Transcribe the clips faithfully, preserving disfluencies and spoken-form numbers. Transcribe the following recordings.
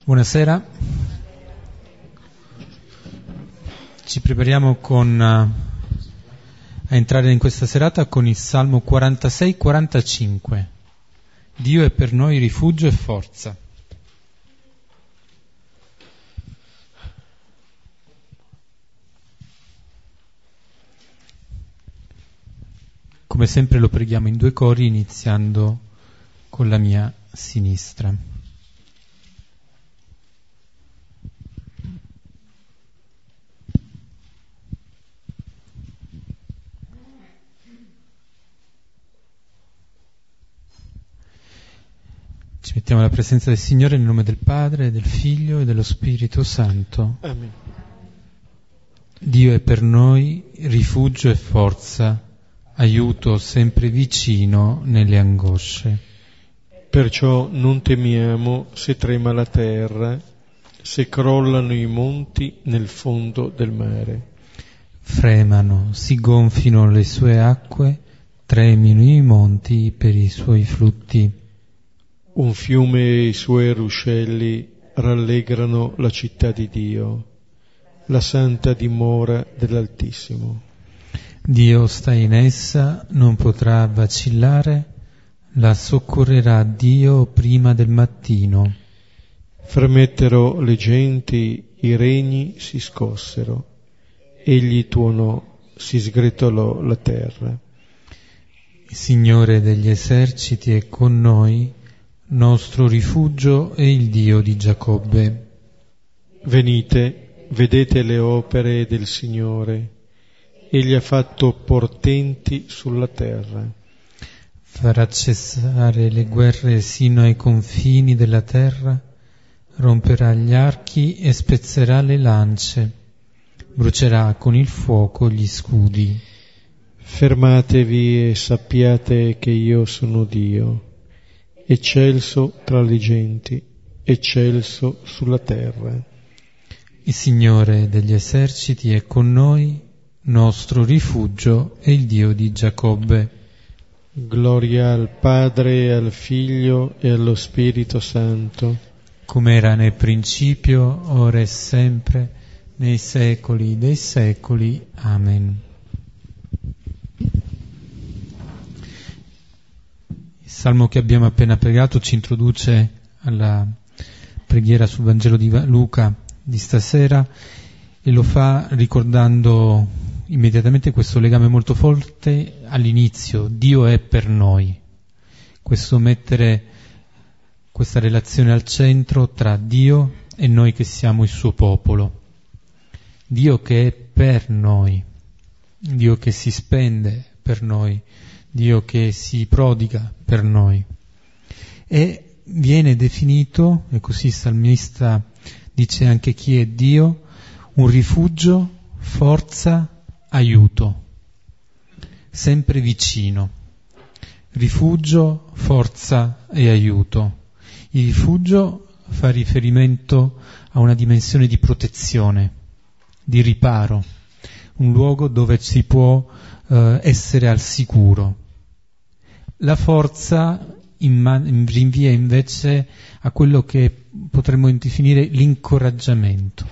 Buonasera, ci prepariamo con, uh, a entrare in questa serata con il Salmo quarantasei quarantacinque. Dio è per noi rifugio e forza. Come sempre lo preghiamo in due cori, iniziando con la mia sinistra. Ci mettiamo alla presenza del Signore nel nome del Padre, del Figlio e dello Spirito Santo. Amen. Dio è per noi rifugio e forza, aiuto sempre vicino nelle angosce. Perciò non temiamo se trema la terra, se crollano i monti nel fondo del mare. Fremano, si gonfino le sue acque, tremino i monti per i suoi flutti. Un fiume e i suoi ruscelli rallegrano la città di Dio, la santa dimora dell'Altissimo. Dio sta in essa, non potrà vacillare, la soccorrerà Dio prima del mattino. Fremettero le genti, i regni si scossero, egli tuonò, si sgretolò la terra. Il Signore degli eserciti è con noi, nostro rifugio è il Dio di Giacobbe. Venite, vedete le opere del Signore. Egli ha fatto portenti sulla terra. Farà cessare le guerre sino ai confini della terra, romperà gli archi e spezzerà le lance, brucerà con il fuoco gli scudi. Fermatevi e sappiate che io sono Dio, eccelso tra le genti, eccelso sulla terra. Il Signore degli eserciti è con noi, nostro rifugio è il Dio di Giacobbe. Gloria al Padre, al Figlio e allo Spirito Santo, come era nel principio, ora e sempre, nei secoli dei secoli. Amen. Il salmo che abbiamo appena pregato ci introduce alla preghiera sul Vangelo di Luca di stasera e lo fa ricordando immediatamente questo legame molto forte all'inizio: Dio è per noi. Questo mettere questa relazione al centro tra Dio e noi che siamo il suo popolo. Dio che è per noi, Dio che si spende per noi, Dio che si prodiga per noi. E viene definito, e così il salmista dice anche chi è Dio, un rifugio, forza, aiuto, sempre vicino. Rifugio, forza e aiuto. Il rifugio fa riferimento a una dimensione di protezione, di riparo, un luogo dove si può eh, essere al sicuro. La forza in, rinvia invece a quello che potremmo definire l'incoraggiamento,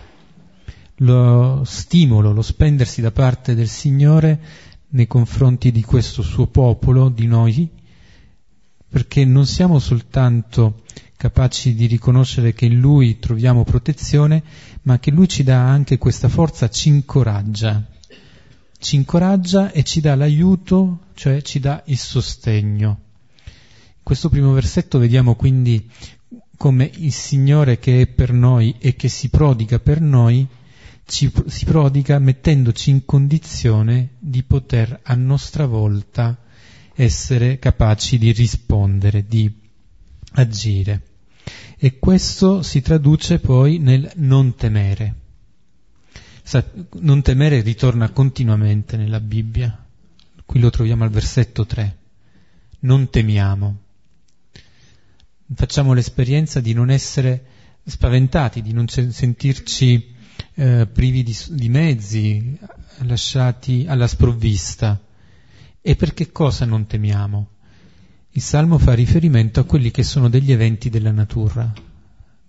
lo stimolo, lo spendersi da parte del Signore nei confronti di questo suo popolo, di noi, perché non siamo soltanto capaci di riconoscere che in Lui troviamo protezione, ma che Lui ci dà anche questa forza, ci incoraggia, ci incoraggia e ci dà l'aiuto, cioè ci dà il sostegno. In questo primo versetto vediamo quindi come il Signore che è per noi e che si prodiga per noi, ci, si prodiga mettendoci in condizione di poter a nostra volta essere capaci di rispondere, di agire. E questo si traduce poi nel non temere. Non temere ritorna continuamente nella Bibbia. Qui lo troviamo al versetto tre. Non temiamo. Facciamo l'esperienza di non essere spaventati, di non sentirci eh, privi di, di mezzi, lasciati alla sprovvista. E per che cosa non temiamo? Il Salmo fa riferimento a quelli che sono degli eventi della natura,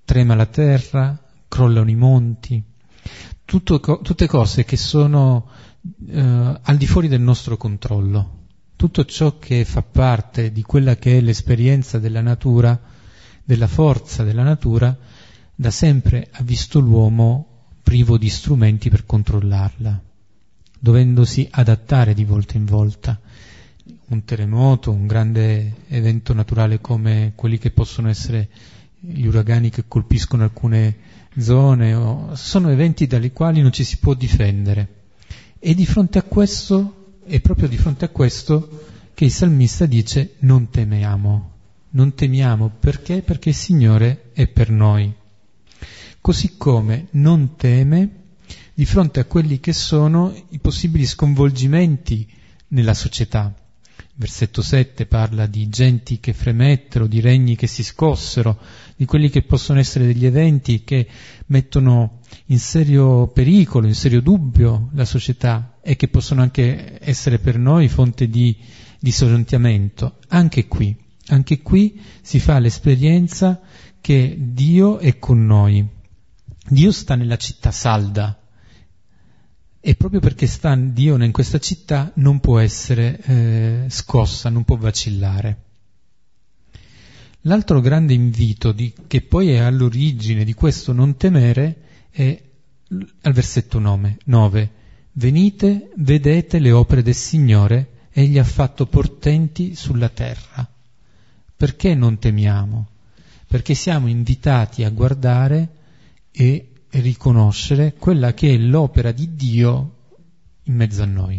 trema la terra, crollano i monti, tutto, tutte cose che sono eh, al di fuori del nostro controllo. Tutto ciò che fa parte di quella che è l'esperienza della natura, della forza della natura, da sempre ha visto l'uomo privo di strumenti per controllarla, dovendosi adattare di volta in volta. Un terremoto, un grande evento naturale come quelli che possono essere gli uragani che colpiscono alcune zone, o, sono eventi dai quali non ci si può difendere. E di fronte a questo, è proprio di fronte a questo che il salmista dice: non temiamo, non temiamo, perché? Perché il Signore è per noi. Così come non teme di fronte a quelli che sono i possibili sconvolgimenti nella società. Versetto sette parla di genti che fremettero, di regni che si scossero, di quelli che possono essere degli eventi che mettono in serio pericolo, in serio dubbio la società e che possono anche essere per noi fonte di disorientamento. Anche qui, anche qui si fa l'esperienza che Dio è con noi. Dio sta nella città salda. E proprio perché sta Dio in questa città non può essere eh, scossa, non può vacillare. L'altro grande invito di, che poi è all'origine di questo non temere è al versetto nove. Venite, vedete le opere del Signore, Egli ha fatto portenti sulla terra. Perché non temiamo? Perché siamo invitati a guardare e e riconoscere quella che è l'opera di Dio in mezzo a noi.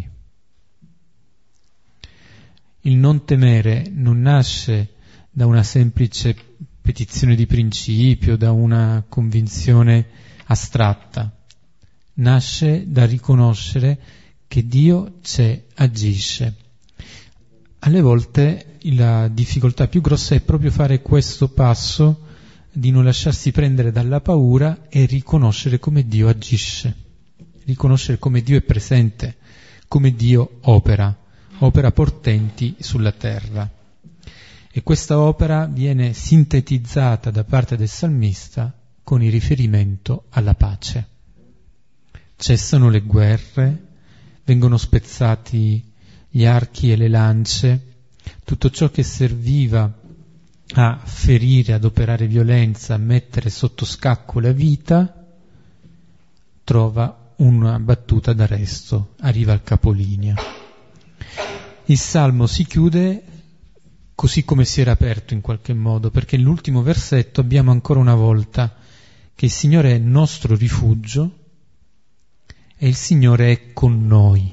Il non temere non nasce da una semplice petizione di principio, da una convinzione astratta, nasce da riconoscere che Dio c'è, agisce. Alle volte la difficoltà più grossa è proprio fare questo passo di non lasciarsi prendere dalla paura e riconoscere come Dio agisce, riconoscere come Dio è presente, come Dio opera, opera portenti sulla terra. E questa opera viene sintetizzata da parte del salmista con il riferimento alla pace. Cessano le guerre, vengono spezzati gli archi e le lance, tutto ciò che serviva a ferire, ad operare violenza, a mettere sotto scacco la vita, trova una battuta d'arresto, arriva al capolinea. Il Salmo si chiude così come si era aperto in qualche modo, perché nell'ultimo versetto abbiamo ancora una volta che il Signore è il nostro rifugio e il Signore è con noi.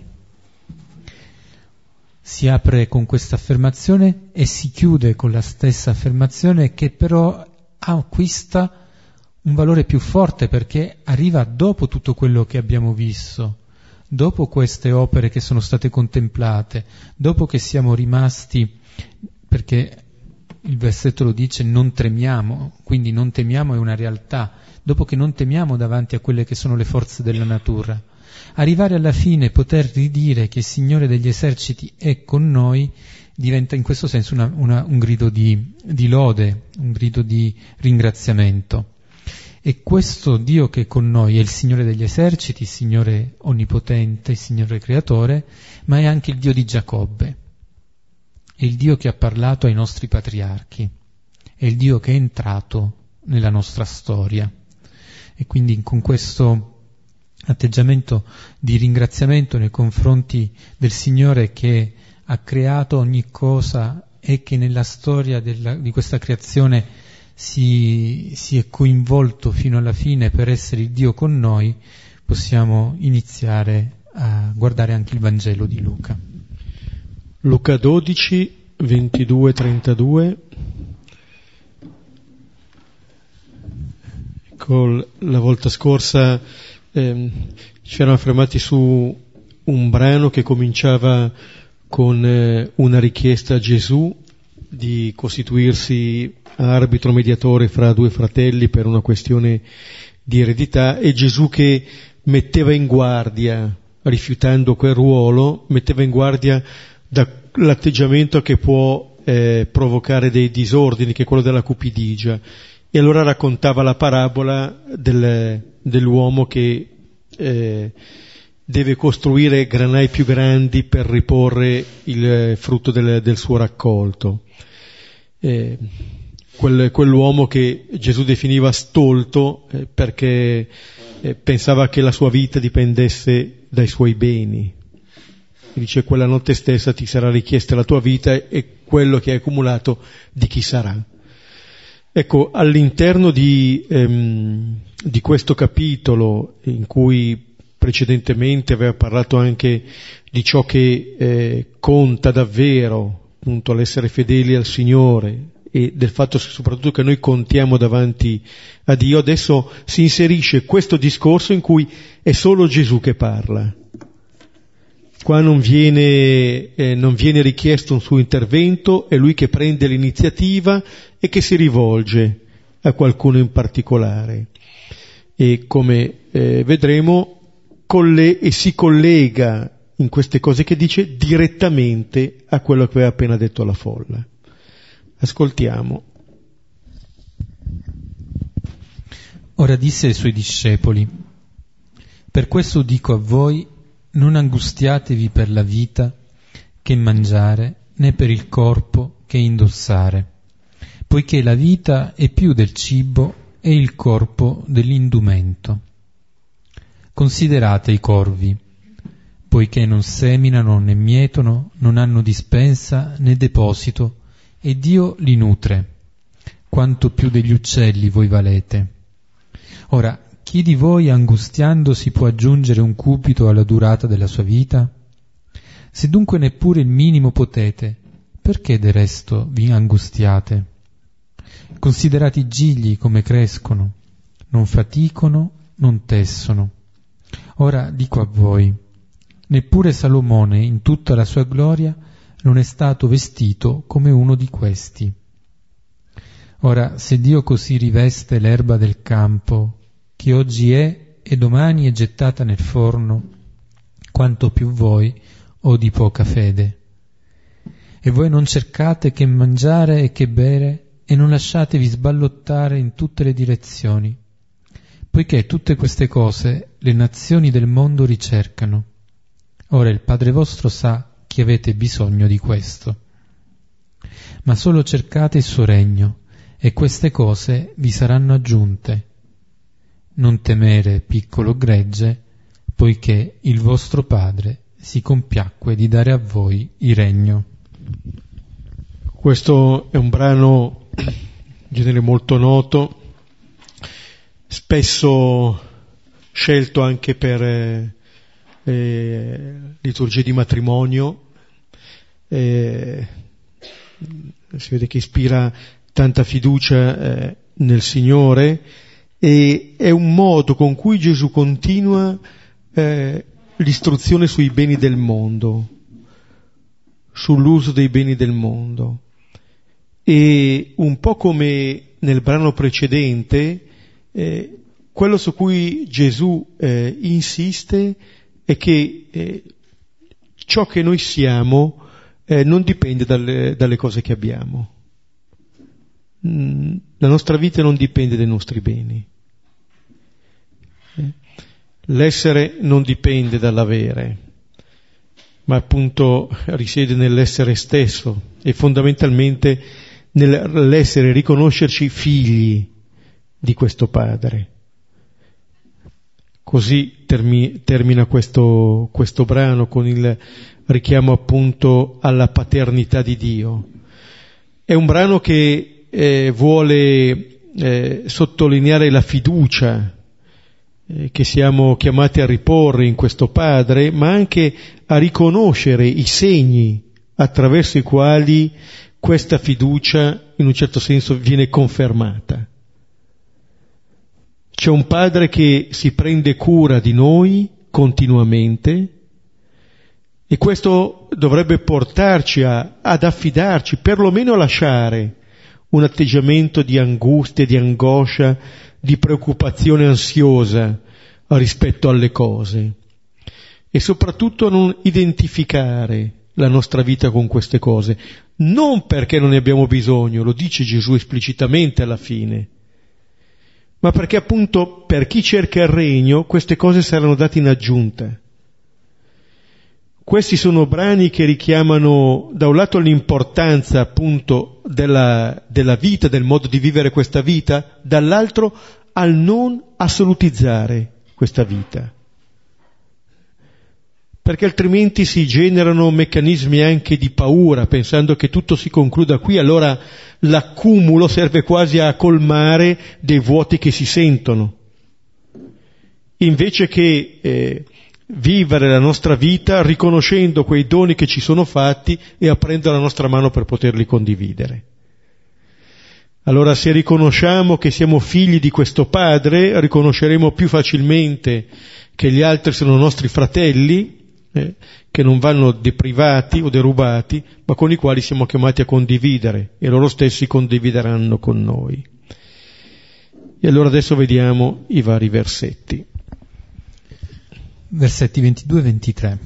Si apre con questa affermazione e si chiude con la stessa affermazione, che però acquista un valore più forte perché arriva dopo tutto quello che abbiamo visto, dopo queste opere che sono state contemplate, dopo che siamo rimasti, perché il versetto lo dice, non tremiamo, quindi non temiamo è una realtà, dopo che non temiamo davanti a quelle che sono le forze della natura. Arrivare alla fine, poter ridire che il Signore degli eserciti è con noi, diventa in questo senso una, una, un grido di, di lode, un grido di ringraziamento. E questo Dio che è con noi è il Signore degli eserciti, il Signore onnipotente, il Signore creatore, ma è anche il Dio di Giacobbe. È il Dio che ha parlato ai nostri patriarchi, è il Dio che è entrato nella nostra storia. E quindi con questo atteggiamento di ringraziamento nei confronti del Signore che ha creato ogni cosa e che nella storia della, di questa creazione si, si è coinvolto fino alla fine per essere il Dio con noi, possiamo iniziare a guardare anche il Vangelo di Luca. Luca dodici, ventidue trentadue. Ecco, la volta scorsa eh, ci eravamo fermati su un brano che cominciava con eh, una richiesta a Gesù di costituirsi arbitro mediatore fra due fratelli per una questione di eredità, e Gesù che metteva in guardia, rifiutando quel ruolo, metteva in guardia dall'atteggiamento che può eh, provocare dei disordini, che è quello della cupidigia, E allora raccontava la parabola del, dell'uomo che eh, deve costruire granai più grandi per riporre il frutto del, del suo raccolto. Eh, quel, quell'uomo che Gesù definiva stolto eh, perché eh, pensava che la sua vita dipendesse dai suoi beni. E dice: quella notte stessa ti sarà richiesta la tua vita e quello che hai accumulato di chi sarà. Ecco, all'interno di, ehm, di questo capitolo, in cui precedentemente aveva parlato anche di ciò che eh, conta davvero, appunto l'essere fedeli al Signore, e del fatto soprattutto che noi contiamo davanti a Dio, adesso si inserisce questo discorso in cui è solo Gesù che parla. Qua non viene, eh, non viene richiesto un suo intervento, è lui che prende l'iniziativa e che si rivolge a qualcuno in particolare. E come eh, vedremo, colle- e si collega in queste cose che dice direttamente a quello che aveva appena detto alla folla. Ascoltiamo. Ora disse ai suoi discepoli: per questo dico a voi, non angustiatevi per la vita che mangiare, né per il corpo che indossare, poiché la vita è più del cibo e il corpo dell'indumento. Considerate i corvi, poiché non seminano né mietono, non hanno dispensa né deposito, e Dio li nutre. Quanto più degli uccelli voi valete. Ora, chi di voi angustiandosi può aggiungere un cubito alla durata della sua vita? Se dunque neppure il minimo potete, perché del resto vi angustiate? Considerate i gigli come crescono, non faticano, non tessono. Ora dico a voi, neppure Salomone in tutta la sua gloria non è stato vestito come uno di questi. Ora, se Dio così riveste l'erba del campo, che oggi è e domani è gettata nel forno, quanto più voi, o di poca fede. E voi non cercate che mangiare e che bere, e non lasciatevi sballottare in tutte le direzioni, poiché tutte queste cose le nazioni del mondo ricercano. Ora il Padre vostro sa che avete bisogno di questo. Ma solo cercate il suo regno, e queste cose vi saranno aggiunte. Non temere, piccolo gregge, poiché il vostro Padre si compiacque di dare a voi il regno. Questo è un brano in genere molto noto, spesso scelto anche per eh, eh, liturgie di matrimonio. Eh, si vede che ispira tanta fiducia eh, nel Signore, e è un modo con cui Gesù continua eh, l'istruzione sui beni del mondo, sull'uso dei beni del mondo. E un po' come nel brano precedente, eh, quello su cui Gesù eh, insiste è che eh, ciò che noi siamo eh, non dipende dalle, dalle cose che abbiamo. Mm, la nostra vita non dipende dai nostri beni. Eh, l'essere non dipende dall'avere, ma appunto risiede nell'essere stesso e fondamentalmente nell'essere, riconoscerci figli di questo Padre. Così termi, termina questo, questo brano con il richiamo appunto alla paternità di Dio. È un brano che eh, vuole eh, sottolineare la fiducia eh, che siamo chiamati a riporre in questo Padre, ma anche a riconoscere i segni attraverso i quali questa fiducia in un certo senso viene confermata. C'è un Padre che si prende cura di noi continuamente, e questo dovrebbe portarci a, ad affidarci, perlomeno a lasciare un atteggiamento di angustia, di angoscia, di preoccupazione ansiosa rispetto alle cose, e soprattutto a non identificare la nostra vita con queste cose, non perché non ne abbiamo bisogno, lo dice Gesù esplicitamente alla fine, ma perché appunto per chi cerca il regno queste cose saranno date in aggiunta. Questi sono brani che richiamano da un lato l'importanza appunto della, della vita, del modo di vivere questa vita, dall'altro al non assolutizzare questa vita. Perché altrimenti si generano meccanismi anche di paura, pensando che tutto si concluda qui, allora l'accumulo serve quasi a colmare dei vuoti che si sentono. Invece che eh, vivere la nostra vita riconoscendo quei doni che ci sono fatti e aprendo la nostra mano per poterli condividere. Allora se riconosciamo che siamo figli di questo Padre, riconosceremo più facilmente che gli altri sono nostri fratelli, eh, che non vanno deprivati o derubati, ma con i quali siamo chiamati a condividere e loro stessi condivideranno con noi. E allora adesso vediamo i vari versetti. Versetti ventidue e ventitré.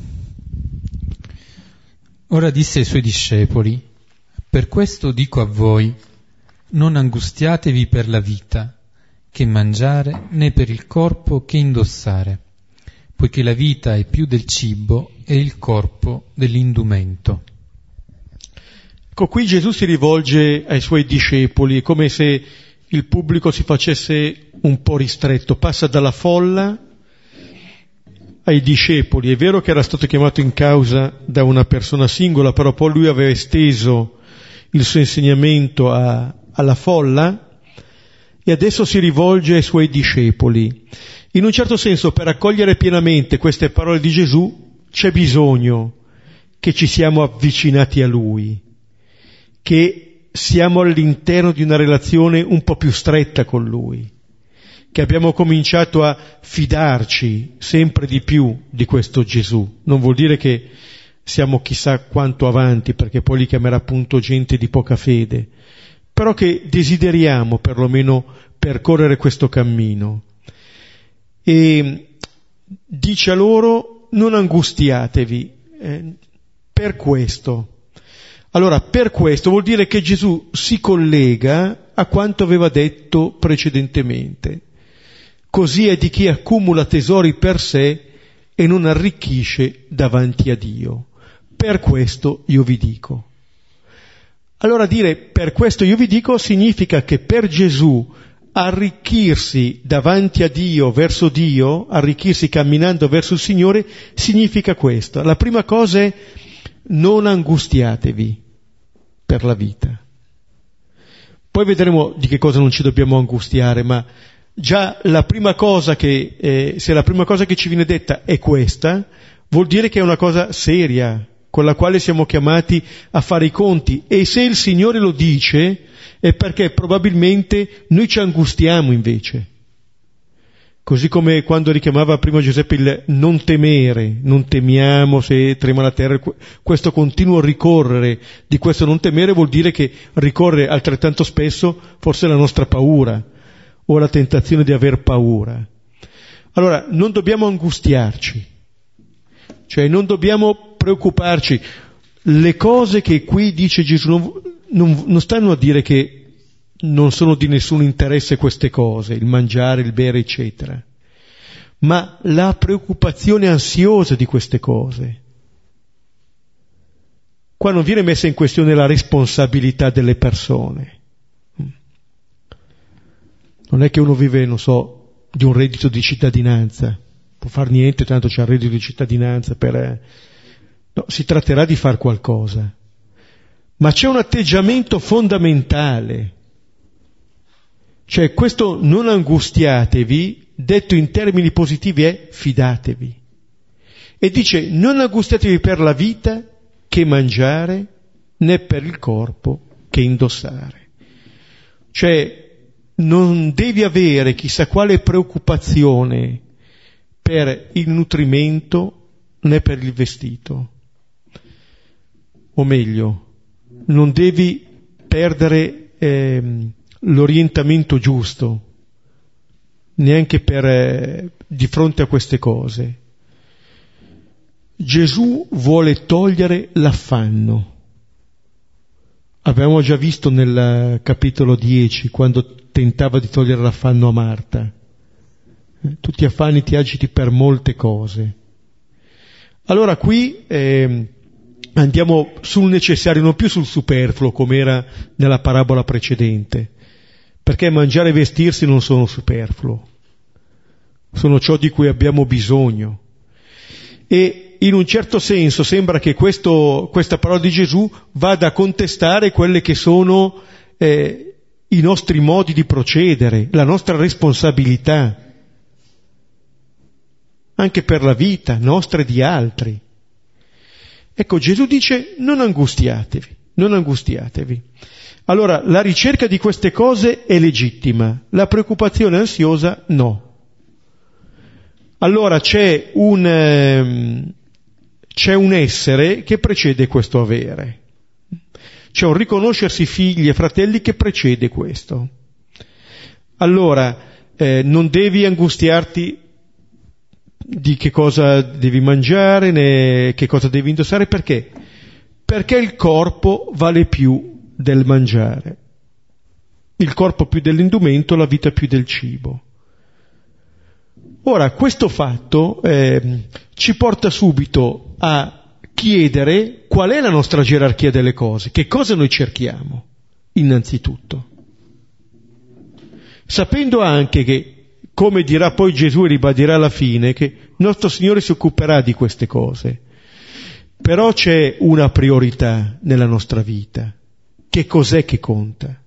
Ora disse ai suoi discepoli: per questo dico a voi, non angustiatevi per la vita, che mangiare, né per il corpo che indossare, poiché la vita è più del cibo e il corpo dell'indumento. Ecco, qui Gesù si rivolge ai suoi discepoli, come se il pubblico si facesse un po' ristretto, passa dalla folla ai discepoli. È vero che era stato chiamato in causa da una persona singola, però poi lui aveva esteso il suo insegnamento a, alla folla e adesso si rivolge ai suoi discepoli. In un certo senso, per accogliere pienamente queste parole di Gesù c'è bisogno che ci siamo avvicinati a Lui, che siamo all'interno di una relazione un po' più stretta con Lui, che abbiamo cominciato a fidarci sempre di più di questo Gesù. Non vuol dire che siamo chissà quanto avanti, perché poi li chiamerà appunto gente di poca fede, però che desideriamo perlomeno percorrere questo cammino. E dice a loro: non angustiatevi eh, per questo. Allora, per questo vuol dire che Gesù si collega a quanto aveva detto precedentemente. Così è di chi accumula tesori per sé e non arricchisce davanti a Dio. Per questo io vi dico. Allora dire per questo io vi dico significa che per Gesù arricchirsi davanti a Dio, verso Dio, arricchirsi camminando verso il Signore, significa questo. La prima cosa è: non angustiatevi per la vita. Poi vedremo di che cosa non ci dobbiamo angustiare, ma già la prima cosa che, eh, se la prima cosa che ci viene detta è questa, vuol dire che è una cosa seria, con la quale siamo chiamati a fare i conti. E se il Signore lo dice, è perché probabilmente noi ci angustiamo invece. Così come quando richiamava prima Giuseppe il non temere, non temiamo se trema la terra, questo continuo ricorrere di questo non temere vuol dire che ricorre altrettanto spesso forse la nostra paura o la tentazione di aver paura. Allora, non dobbiamo angustiarci, cioè non dobbiamo preoccuparci. Le cose che qui dice Gesù non, non, non stanno a dire che non sono di nessun interesse queste cose, il mangiare, il bere, eccetera, ma la preoccupazione ansiosa di queste cose. Qua non viene messa in questione la responsabilità delle persone. Non è che uno vive, non so, di un reddito di cittadinanza, può far niente, tanto c'è il reddito di cittadinanza per... No, si tratterà di far qualcosa. Ma c'è un atteggiamento fondamentale. Cioè questo non angustiatevi, detto in termini positivi, è fidatevi. E dice: non angustiatevi per la vita che mangiare, né per il corpo che indossare. Cioè non devi avere chissà quale preoccupazione per il nutrimento né per il vestito. O meglio, non devi perdere ehm, l'orientamento giusto, neanche per, eh, di fronte a queste cose. Gesù vuole togliere l'affanno Abbiamo già visto nel capitolo dieci, quando tentava di togliere l'affanno a Marta. Eh, tu ti affanni, ti agiti per molte cose. Allora qui eh, andiamo sul necessario, non più sul superfluo, come era nella parabola precedente, perché mangiare e vestirsi non sono superfluo, sono ciò di cui abbiamo bisogno. E in un certo senso sembra che questo, questa parola di Gesù vada a contestare quelle che sono eh, i nostri modi di procedere, la nostra responsabilità, anche per la vita nostra e di altri. Ecco, Gesù dice: non angustiatevi, non angustiatevi. Allora, la ricerca di queste cose è legittima, la preoccupazione ansiosa no. Allora c'è un, eh, c'è un essere che precede questo avere. C'è un riconoscersi figli e fratelli che precede questo. Allora, eh, non devi angustiarti di che cosa devi mangiare, né che cosa devi indossare, perché? Perché il corpo vale più del mangiare. Il corpo più dell'indumento, la vita più del cibo. Ora, questo fatto eh, ci porta subito a chiedere qual è la nostra gerarchia delle cose, che cosa noi cerchiamo, innanzitutto. Sapendo anche che, come dirà poi Gesù e ribadirà alla fine, che nostro Signore si occuperà di queste cose, però c'è una priorità nella nostra vita. Che cos'è che conta?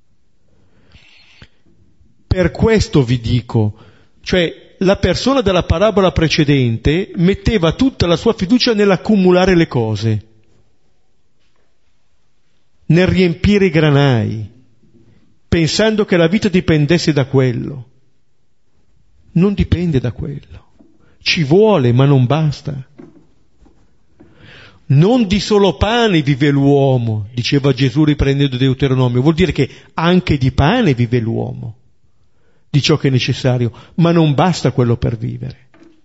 Per questo vi dico, cioè, la persona della parabola precedente metteva tutta la sua fiducia nell'accumulare le cose, nel riempire i granai, pensando che la vita dipendesse da quello. Non dipende da quello. Ci vuole, ma non basta. Non di solo pane vive l'uomo, diceva Gesù riprendendo Deuteronomio. Vuol dire che anche di pane vive l'uomo, di ciò che è necessario, ma non basta quello per vivere.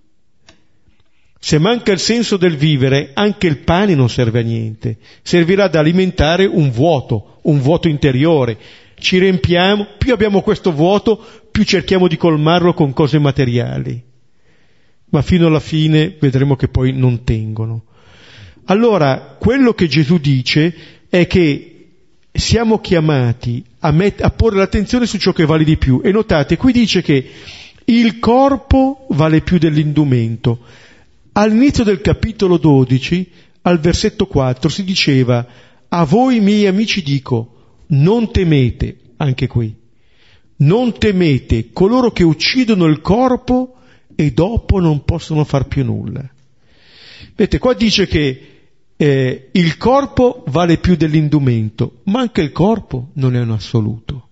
Se manca il senso del vivere, anche il pane non serve a niente, servirà ad alimentare un vuoto, un vuoto interiore. Ci riempiamo, più abbiamo questo vuoto, più cerchiamo di colmarlo con cose materiali, ma fino alla fine vedremo che poi non tengono. Allora, quello che Gesù dice è che siamo chiamati a, met- a porre l'attenzione su ciò che vale di più. E notate, qui dice che il corpo vale più dell'indumento. All'inizio del capitolo dodici, al versetto quattro, si diceva: a voi miei amici dico, non temete, anche qui, non temete coloro che uccidono il corpo e dopo non possono far più nulla. Vedete, qua dice che Eh, il corpo vale più dell'indumento, ma anche il corpo non è un assoluto.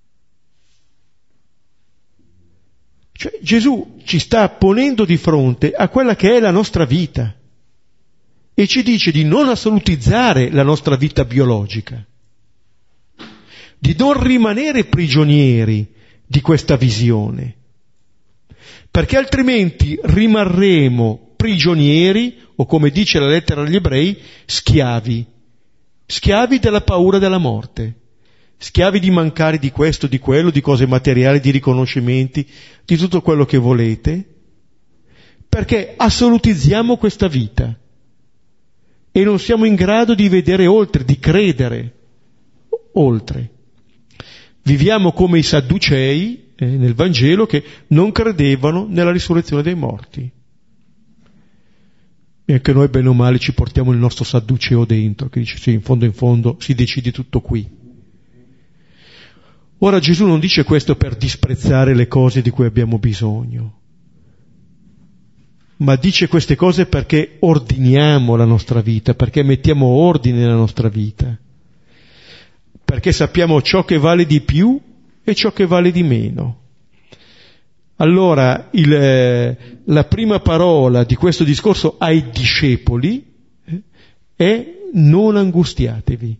Cioè Gesù ci sta ponendo di fronte a quella che è la nostra vita e ci dice di non assolutizzare la nostra vita biologica, di non rimanere prigionieri di questa visione, perché altrimenti rimarremo prigionieri, o come dice la lettera agli ebrei, schiavi, schiavi della paura della morte, schiavi di mancare di questo, di quello, di cose materiali, di riconoscimenti, di tutto quello che volete, perché assolutizziamo questa vita e non siamo in grado di vedere oltre, di credere oltre. Viviamo come i Sadducei eh, nel Vangelo, che non credevano nella risurrezione dei morti. E anche noi bene o male ci portiamo il nostro sadduceo dentro, che dice sì, in fondo in fondo si decide tutto qui. Ora Gesù non dice questo per disprezzare le cose di cui abbiamo bisogno, ma dice queste cose perché ordiniamo la nostra vita, perché mettiamo ordine nella nostra vita, perché sappiamo ciò che vale di più e ciò che vale di meno. Allora, il, eh, la prima parola di questo discorso ai discepoli eh, è non angustiatevi.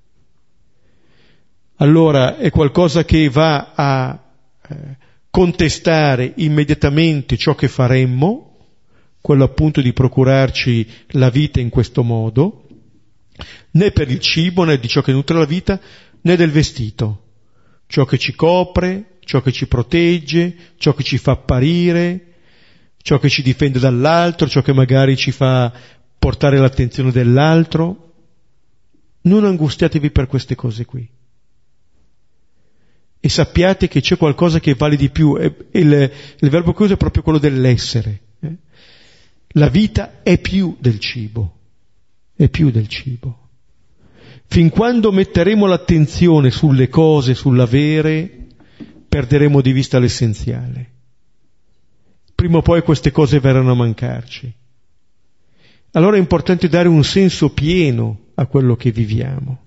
Allora, è qualcosa che va a eh, contestare immediatamente ciò che faremmo, quello appunto di procurarci la vita in questo modo, né per il cibo, né di ciò che nutre la vita, né del vestito, ciò che ci copre, ciò che ci protegge, ciò che ci fa apparire, ciò che ci difende dall'altro, ciò che magari ci fa portare l'attenzione dell'altro. Non angustiatevi per queste cose qui. E sappiate che c'è qualcosa che vale di più. E il, il verbo che uso è proprio quello dell'essere. Eh? La vita è più del cibo. È più del cibo. Fin quando metteremo l'attenzione sulle cose, sull'avere, perderemo di vista l'essenziale. Prima o poi queste cose verranno a mancarci. Allora è importante dare un senso pieno a quello che viviamo.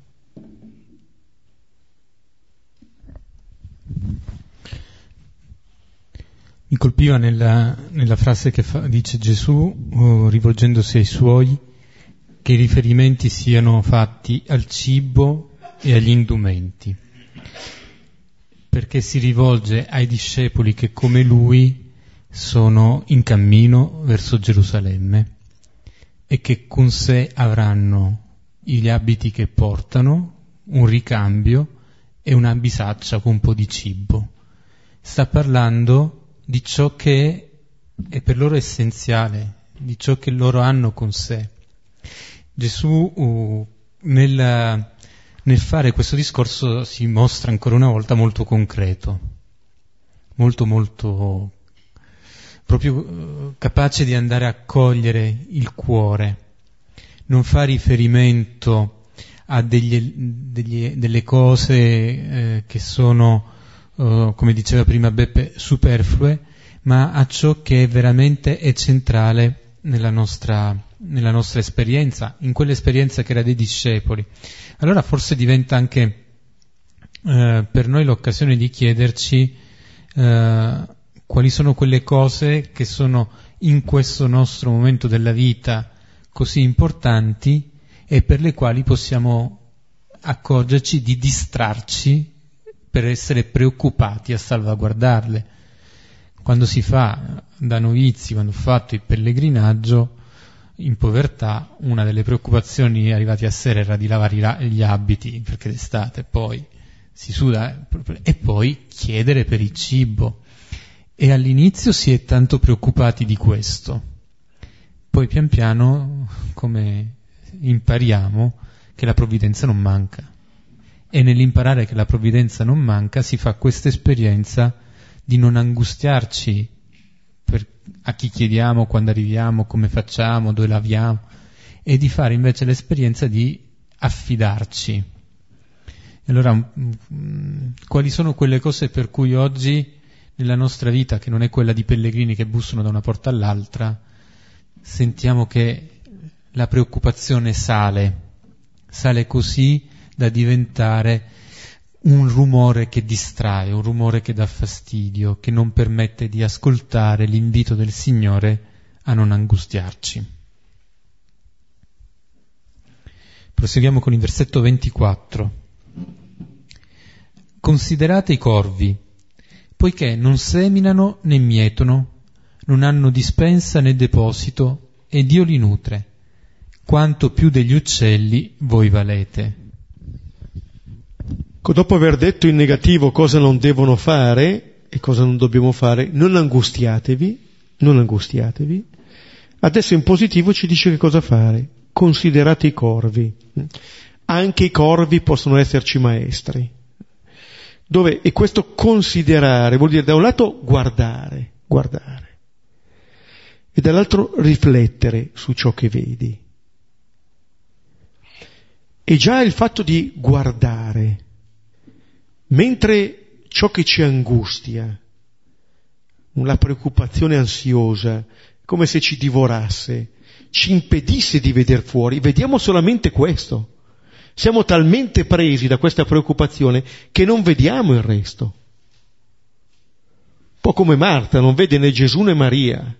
Mi colpiva nella, nella frase che fa, dice Gesù, oh, rivolgendosi ai suoi, che i riferimenti siano fatti al cibo e agli indumenti, perché si rivolge ai discepoli che come lui sono in cammino verso Gerusalemme e che con sé avranno gli abiti che portano, un ricambio e una bisaccia con un po' di cibo. Sta parlando di ciò che è per loro essenziale, di ciò che loro hanno con sé. Gesù uh, nel, nel fare questo discorso si mostra ancora una volta molto concreto, molto molto proprio uh, capace di andare a cogliere il cuore. Non fa riferimento a degli, degli, delle cose eh, che sono, uh, come diceva prima Beppe, superflue, ma a ciò che veramente è centrale nella nostra, nella nostra esperienza, in quell'esperienza che era dei discepoli. Allora forse diventa anche eh, per noi l'occasione di chiederci eh, quali sono quelle cose che sono in questo nostro momento della vita così importanti e per le quali possiamo accorgerci di distrarci per essere preoccupati a salvaguardarle. Quando si fa da novizi, quando ho fatto il pellegrinaggio in povertà, una delle preoccupazioni arrivati a sera era di lavare gli abiti, perché d'estate poi si suda, e poi chiedere per il cibo. E all'inizio si è tanto preoccupati di questo. Poi pian piano, come impariamo, che la provvidenza non manca. E nell'imparare che la provvidenza non manca si fa questa esperienza di non angustiarci per a chi chiediamo, quando arriviamo, come facciamo, dove laviamo, e di fare invece l'esperienza di affidarci. E allora, mh, quali sono quelle cose per cui oggi nella nostra vita, che non è quella di pellegrini che bussano da una porta all'altra, sentiamo che la preoccupazione sale, sale così da diventare un rumore che distrae, un rumore che dà fastidio, che non permette di ascoltare l'invito del Signore a non angustiarci. Proseguiamo con il versetto ventiquattro. Considerate i corvi, poiché non seminano né mietono, non hanno dispensa né deposito, e Dio li nutre. Quanto più degli uccelli voi valete. Dopo aver detto in negativo cosa non devono fare e cosa non dobbiamo fare, non angustiatevi, non angustiatevi. Adesso in positivo ci dice che cosa fare. Considerate i corvi. Anche i corvi possono esserci maestri. Dove, e questo considerare vuol dire da un lato guardare, guardare, e dall'altro riflettere su ciò che vedi. E già il fatto di guardare, mentre ciò che ci angustia, una preoccupazione ansiosa, come se ci divorasse, ci impedisse di vedere fuori, vediamo solamente questo. Siamo talmente presi da questa preoccupazione che non vediamo il resto. Un po' come Marta, non vede né Gesù né Maria.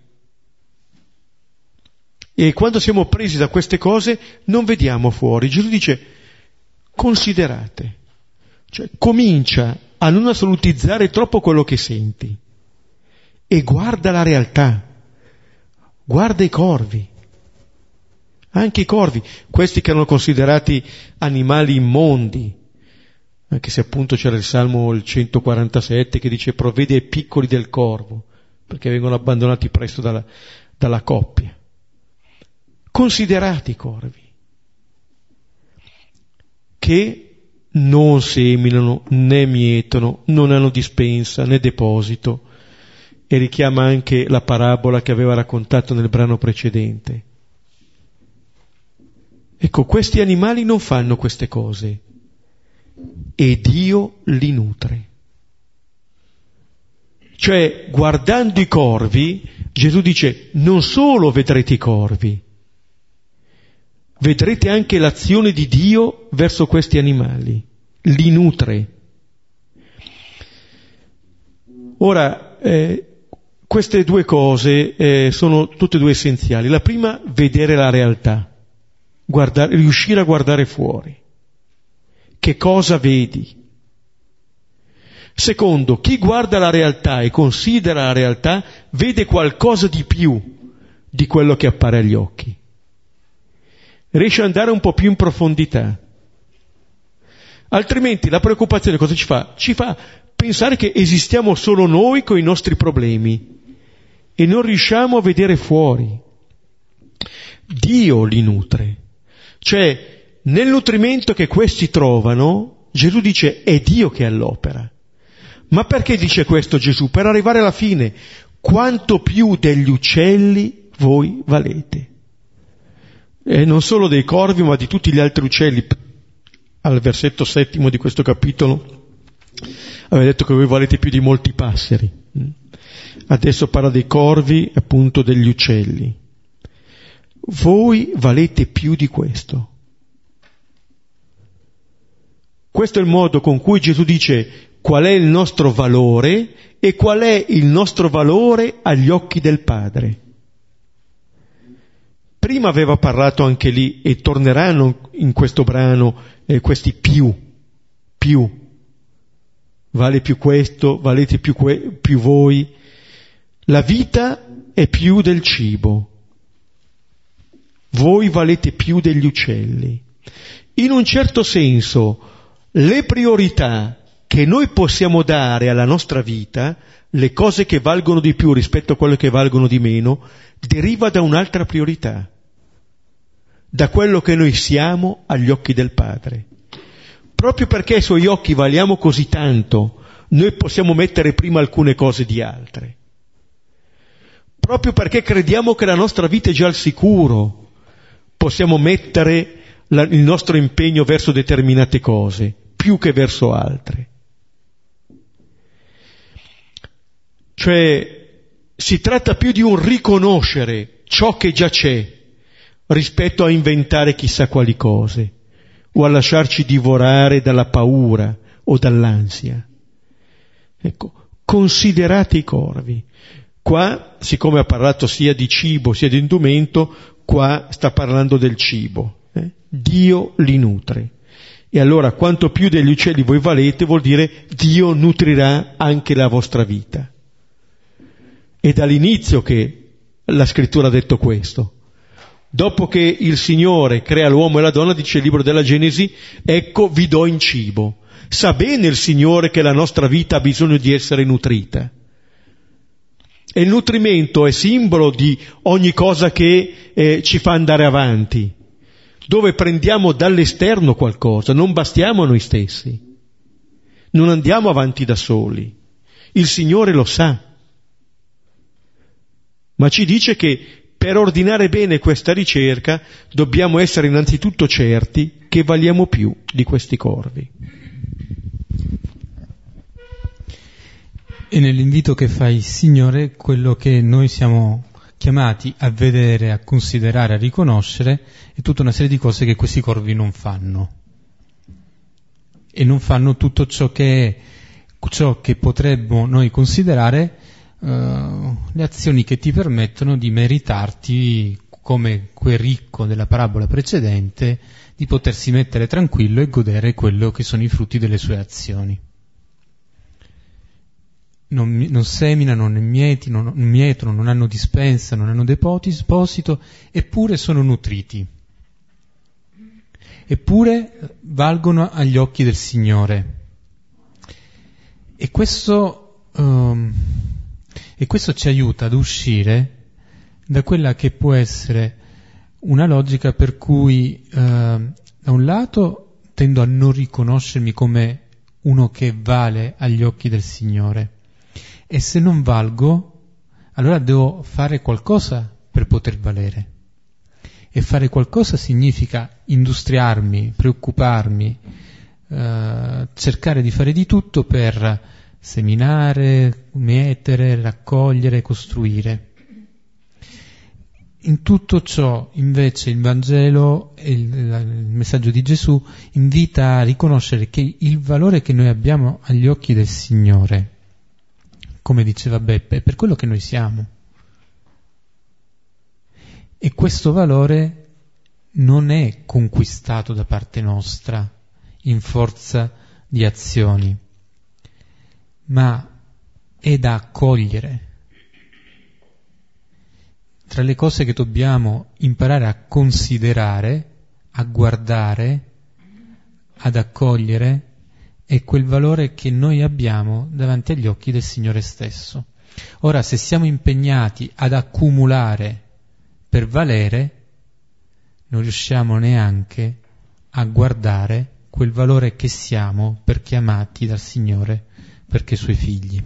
E quando siamo presi da queste cose non vediamo fuori. Gesù dice, considerate. Cioè, comincia a non assolutizzare troppo quello che senti e guarda la realtà, guarda i corvi, Anche i corvi, questi che erano considerati animali immondi, anche se appunto c'era il Salmo il centoquarantasette che dice provvede ai piccoli del corvo, perché vengono abbandonati presto dalla, dalla coppia. Considerati i corvi, che non seminano, né mietono, non hanno dispensa né deposito, e richiama anche la parabola che aveva raccontato nel brano precedente. Ecco, questi animali non fanno queste cose e Dio li nutre. Cioè, guardando i corvi, Gesù dice, non solo vedrete i corvi, vedrete anche l'azione di Dio verso questi animali, li nutre. Ora, eh, queste due cose eh, sono tutte e due essenziali. La prima, vedere la realtà, guardare, riuscire a guardare fuori. Che cosa vedi? Secondo, chi guarda la realtà e considera la realtà vede qualcosa di più di quello che appare agli occhi. Riesce ad andare un po' più in profondità. Altrimenti la preoccupazione cosa ci fa? Ci fa pensare che esistiamo solo noi con i nostri problemi e non riusciamo a vedere fuori. Dio li nutre. Cioè, nel nutrimento che questi trovano, Gesù dice è Dio che è all'opera. Ma perché dice questo Gesù? Per arrivare alla fine, quanto più degli uccelli voi valete. E non solo dei corvi, ma di tutti gli altri uccelli. Al versetto settimo di questo capitolo aveva detto che voi valete più di molti passeri. Adesso parla dei corvi, appunto degli uccelli. Voi valete più di questo. Questo è il modo con cui Gesù dice qual è il nostro valore e qual è il nostro valore agli occhi del Padre. Prima aveva parlato anche lì, e torneranno in questo brano eh, questi più, più. Vale più questo, valete più, que- più voi. La vita è più del cibo. Voi valete più degli uccelli. In un certo senso, le priorità che noi possiamo dare alla nostra vita, le cose che valgono di più rispetto a quelle che valgono di meno, deriva da un'altra priorità, da quello che noi siamo agli occhi del Padre. Proprio perché ai Suoi occhi valiamo così tanto, noi possiamo mettere prima alcune cose di altre. Proprio perché crediamo che la nostra vita è già al sicuro, possiamo mettere la, il nostro impegno verso determinate cose, più che verso altre. Cioè, si tratta più di un riconoscere ciò che già c'è, rispetto a inventare chissà quali cose, o a lasciarci divorare dalla paura o dall'ansia. Ecco, considerate i corvi. Qua, siccome ha parlato sia di cibo sia di indumento, qua sta parlando del cibo. Eh? Dio li nutre. E allora, quanto più degli uccelli voi valete, vuol dire Dio nutrirà anche la vostra vita. È dall'inizio che la Scrittura ha detto questo. Dopo che il Signore crea l'uomo e la donna, dice il libro della Genesi, ecco vi do in cibo. Sa bene il Signore che la nostra vita ha bisogno di essere nutrita. E il nutrimento è simbolo di ogni cosa che eh, ci fa andare avanti, dove prendiamo dall'esterno qualcosa, non bastiamo a noi stessi, non andiamo avanti da soli. Il Signore lo sa, ma ci dice che per ordinare bene questa ricerca dobbiamo essere innanzitutto certi che valiamo più di questi corvi. E nell'invito che fa il Signore, quello che noi siamo chiamati a vedere, a considerare, a riconoscere, è tutta una serie di cose che questi corvi non fanno. E non fanno tutto ciò che è, ciò che potremmo noi considerare Uh, le azioni che ti permettono di meritarti, come quel ricco della parabola precedente, di potersi mettere tranquillo e godere quello che sono i frutti delle sue azioni. Non, non seminano, non mietino, non mietono, non hanno dispensa, non hanno deposito, eppure sono nutriti. eppure valgono agli occhi del Signore. E questo, um, e questo ci aiuta ad uscire da quella che può essere una logica per cui uh, da un lato tendo a non riconoscermi come uno che vale agli occhi del Signore, e se non valgo, allora devo fare qualcosa per poter valere. E fare qualcosa significa industriarmi, preoccuparmi, eh, cercare di fare di tutto per seminare, mietere, raccogliere, costruire. In tutto ciò, invece, il Vangelo e il, il messaggio di Gesù invita a riconoscere che il valore che noi abbiamo agli occhi del Signore, come diceva Beppe, è per quello che noi siamo. E questo valore non è conquistato da parte nostra in forza di azioni, ma è da accogliere. Tra le cose che dobbiamo imparare a considerare, a guardare, ad accogliere, è quel valore che noi abbiamo davanti agli occhi del Signore stesso. Ora, se siamo impegnati ad accumulare per valere, non riusciamo neanche a guardare quel valore che siamo perché amati dal Signore, perché Suoi figli.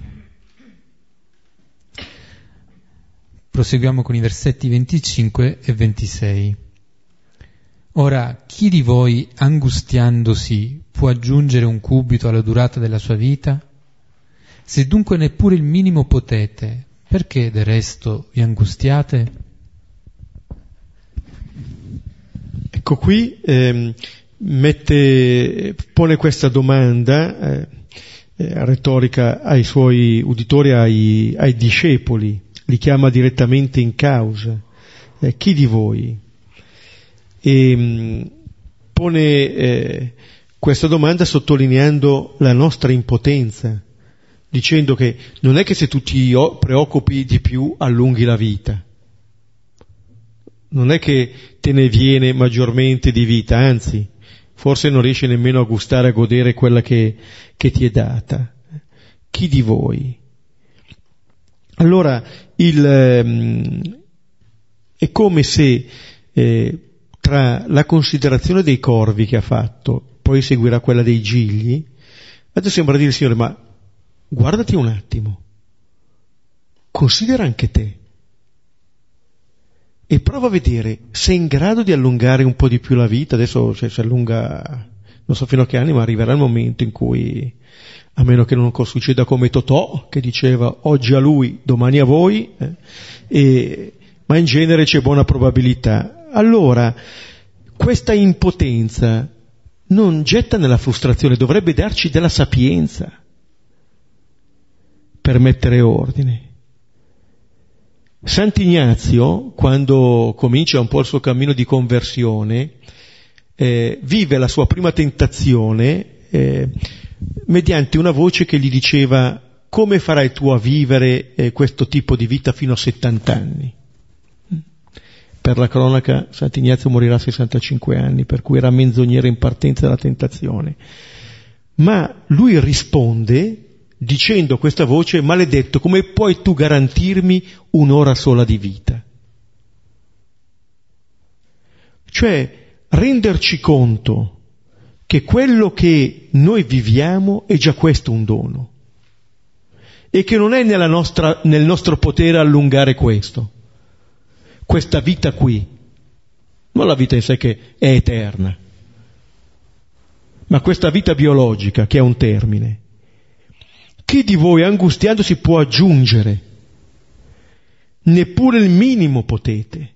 Proseguiamo con i versetti venticinque e ventisei. Ora, chi di voi, angustiandosi, può aggiungere un cubito alla durata della sua vita? Se dunque neppure il minimo potete, perché del resto vi angustiate? Ecco qui ehm, mette, pone questa domanda eh, eh, retorica ai suoi uditori, ai, ai discepoli, li chiama direttamente in causa. Eh, chi di voi? E mh, pone eh, questa domanda sottolineando la nostra impotenza, dicendo che non è che se tu ti preoccupi di più allunghi la vita, non è che te ne viene maggiormente di vita, anzi, forse non riesci nemmeno a gustare, a godere quella che, che ti è data. Chi di voi? Allora, il, ehm, è come se eh, tra la considerazione dei corvi che ha fatto, poi seguirà quella dei gigli, adesso sembra dire, Signore, ma guardati un attimo, considera anche te e prova a vedere se è in grado di allungare un po' di più la vita. Adesso se si allunga, non so fino a che anni, ma arriverà il momento in cui, a meno che non succeda come Totò, che diceva oggi a lui, domani a voi, eh, e, ma in genere c'è buona probabilità. Allora, questa impotenza non getta nella frustrazione, dovrebbe darci della sapienza per mettere ordine. Sant'Ignazio, quando comincia un po' il suo cammino di conversione, eh, vive la sua prima tentazione eh, mediante una voce che gli diceva: come farai tu a vivere eh, questo tipo di vita fino a settanta anni? Per la cronaca, Sant'Ignazio morirà a sessantacinque anni, per cui era menzognero in partenza della tentazione. Ma lui risponde dicendo questa voce: maledetto, come puoi tu garantirmi un'ora sola di vita? Cioè, renderci conto che quello che noi viviamo è già questo un dono e che non è nella nostra, nel nostro potere allungare questo, questa vita qui, non la vita in sé che è eterna, ma questa vita biologica che ha un termine. Chi di voi angustiandosi può aggiungere? Neppure il minimo potete.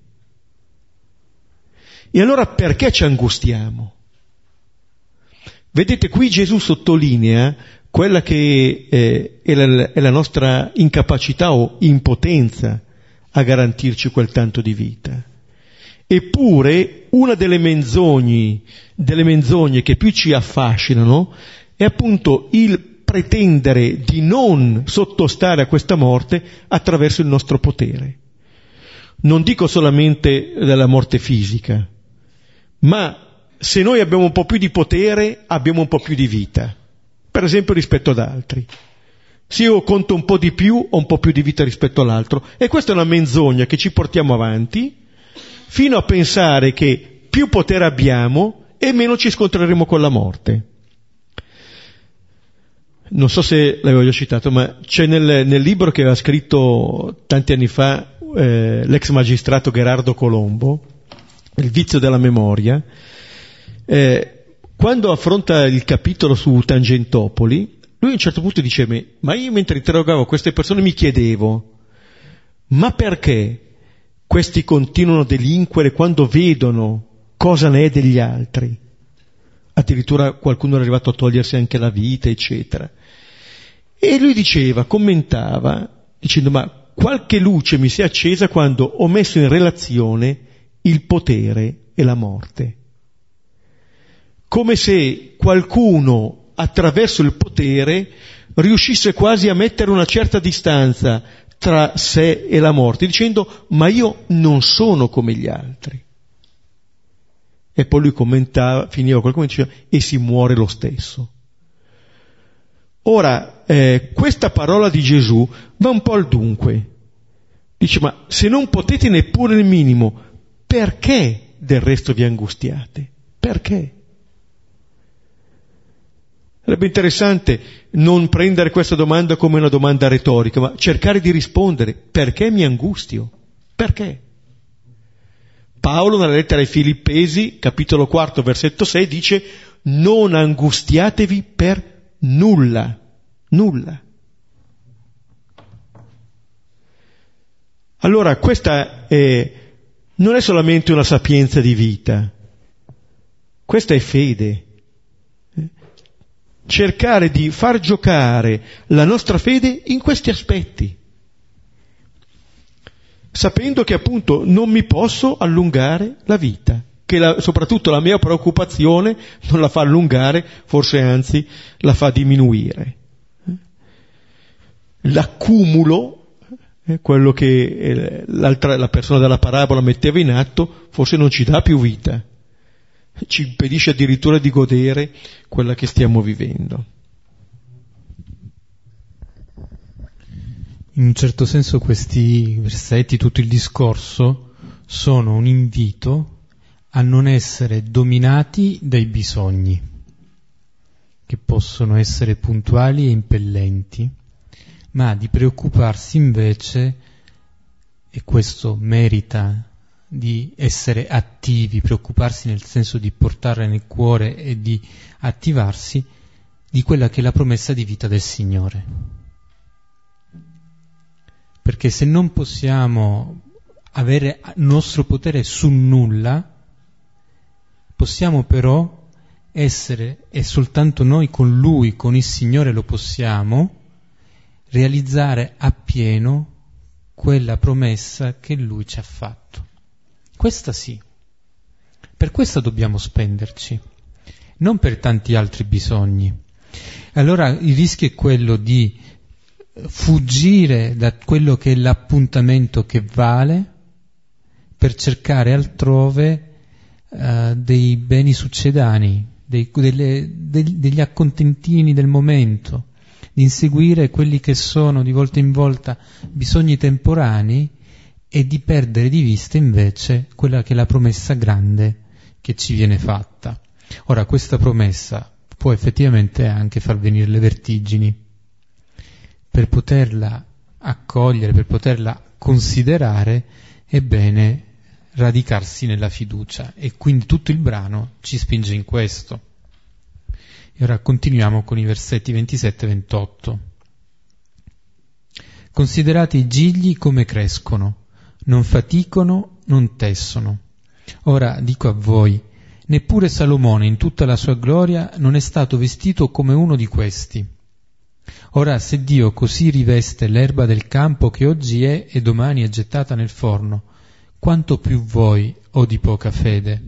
E allora perché ci angustiamo? Vedete, qui Gesù sottolinea quella che eh, è, la, è la nostra incapacità o impotenza a garantirci quel tanto di vita. Eppure una delle menzogne, delle menzogne che più ci affascinano è appunto il pretendere di non sottostare a questa morte attraverso il nostro potere. Non dico solamente della morte fisica, ma se noi abbiamo un po' più di potere, abbiamo un po' più di vita, per esempio rispetto ad altri. Se io conto un po' di più, ho un po' più di vita rispetto all'altro. E questa è una menzogna che ci portiamo avanti fino a pensare che più potere abbiamo e meno ci scontreremo con la morte. Non so se l'avevo già citato, ma c'è nel, nel libro che aveva scritto tanti anni fa eh, l'ex magistrato Gherardo Colombo, Il vizio della memoria, eh, quando affronta il capitolo su Tangentopoli, lui a un certo punto dice, ma io mentre interrogavo queste persone mi chiedevo, ma perché questi continuano a delinquere quando vedono cosa ne è degli altri? Addirittura qualcuno è arrivato a togliersi anche la vita, eccetera. E lui diceva, commentava, dicendo, ma qualche luce mi si è accesa quando ho messo in relazione il potere e la morte. Come se qualcuno attraverso il potere riuscisse quasi a mettere una certa distanza tra sé e la morte, dicendo, ma io non sono come gli altri. E poi lui commentava, finiva quel commento, diceva, e si muore lo stesso. Ora, eh, questa parola di Gesù va un po' al dunque. Dice, ma se non potete neppure il minimo, perché del resto vi angustiate? Perché? Sarebbe interessante non prendere questa domanda come una domanda retorica, ma cercare di rispondere, perché mi angustio? Perché? Paolo nella lettera ai Filippesi, capitolo quarto, versetto sei, dice, non angustiatevi per nulla, nulla. Allora, questa è, non è solamente una sapienza di vita, questa è fede. Cercare di far giocare la nostra fede in questi aspetti, sapendo che appunto non mi posso allungare la vita, che la, soprattutto la mia preoccupazione non la fa allungare, forse anzi la fa diminuire. L'accumulo, eh, quello che eh, l'altra, la persona della parabola metteva in atto, forse non ci dà più vita, ci impedisce addirittura di godere quella che stiamo vivendo. In un certo senso questi versetti, tutto il discorso, sono un invito a non essere dominati dai bisogni, che possono essere puntuali e impellenti, ma di preoccuparsi invece, e questo merita di essere attivi, preoccuparsi nel senso di portare nel cuore e di attivarsi, di quella che è la promessa di vita del Signore. Perché se non possiamo avere nostro potere su nulla, possiamo però essere, e soltanto noi con Lui, con il Signore lo possiamo, realizzare appieno quella promessa che Lui ci ha fatto. Questa sì, per questa dobbiamo spenderci, non per tanti altri bisogni. Allora il rischio è quello di fuggire da quello che è l'appuntamento che vale per cercare altrove uh, dei beni succedanei, dei, delle, degli, degli accontentini del momento, di inseguire quelli che sono di volta in volta bisogni temporanei e di perdere di vista invece quella che è la promessa grande che ci viene fatta. Ora, questa promessa può effettivamente anche far venire le vertigini. Per poterla accogliere, per poterla considerare, è bene radicarsi nella fiducia, e quindi tutto il brano ci spinge in questo. E ora continuiamo con i versetti ventisette e ventotto. Considerate i gigli come crescono, non faticano, non tessono. Ora dico a voi, neppure Salomone in tutta la sua gloria non è stato vestito come uno di questi. Ora, se Dio così riveste l'erba del campo che oggi è e domani è gettata nel forno, quanto più voi, o di poca fede?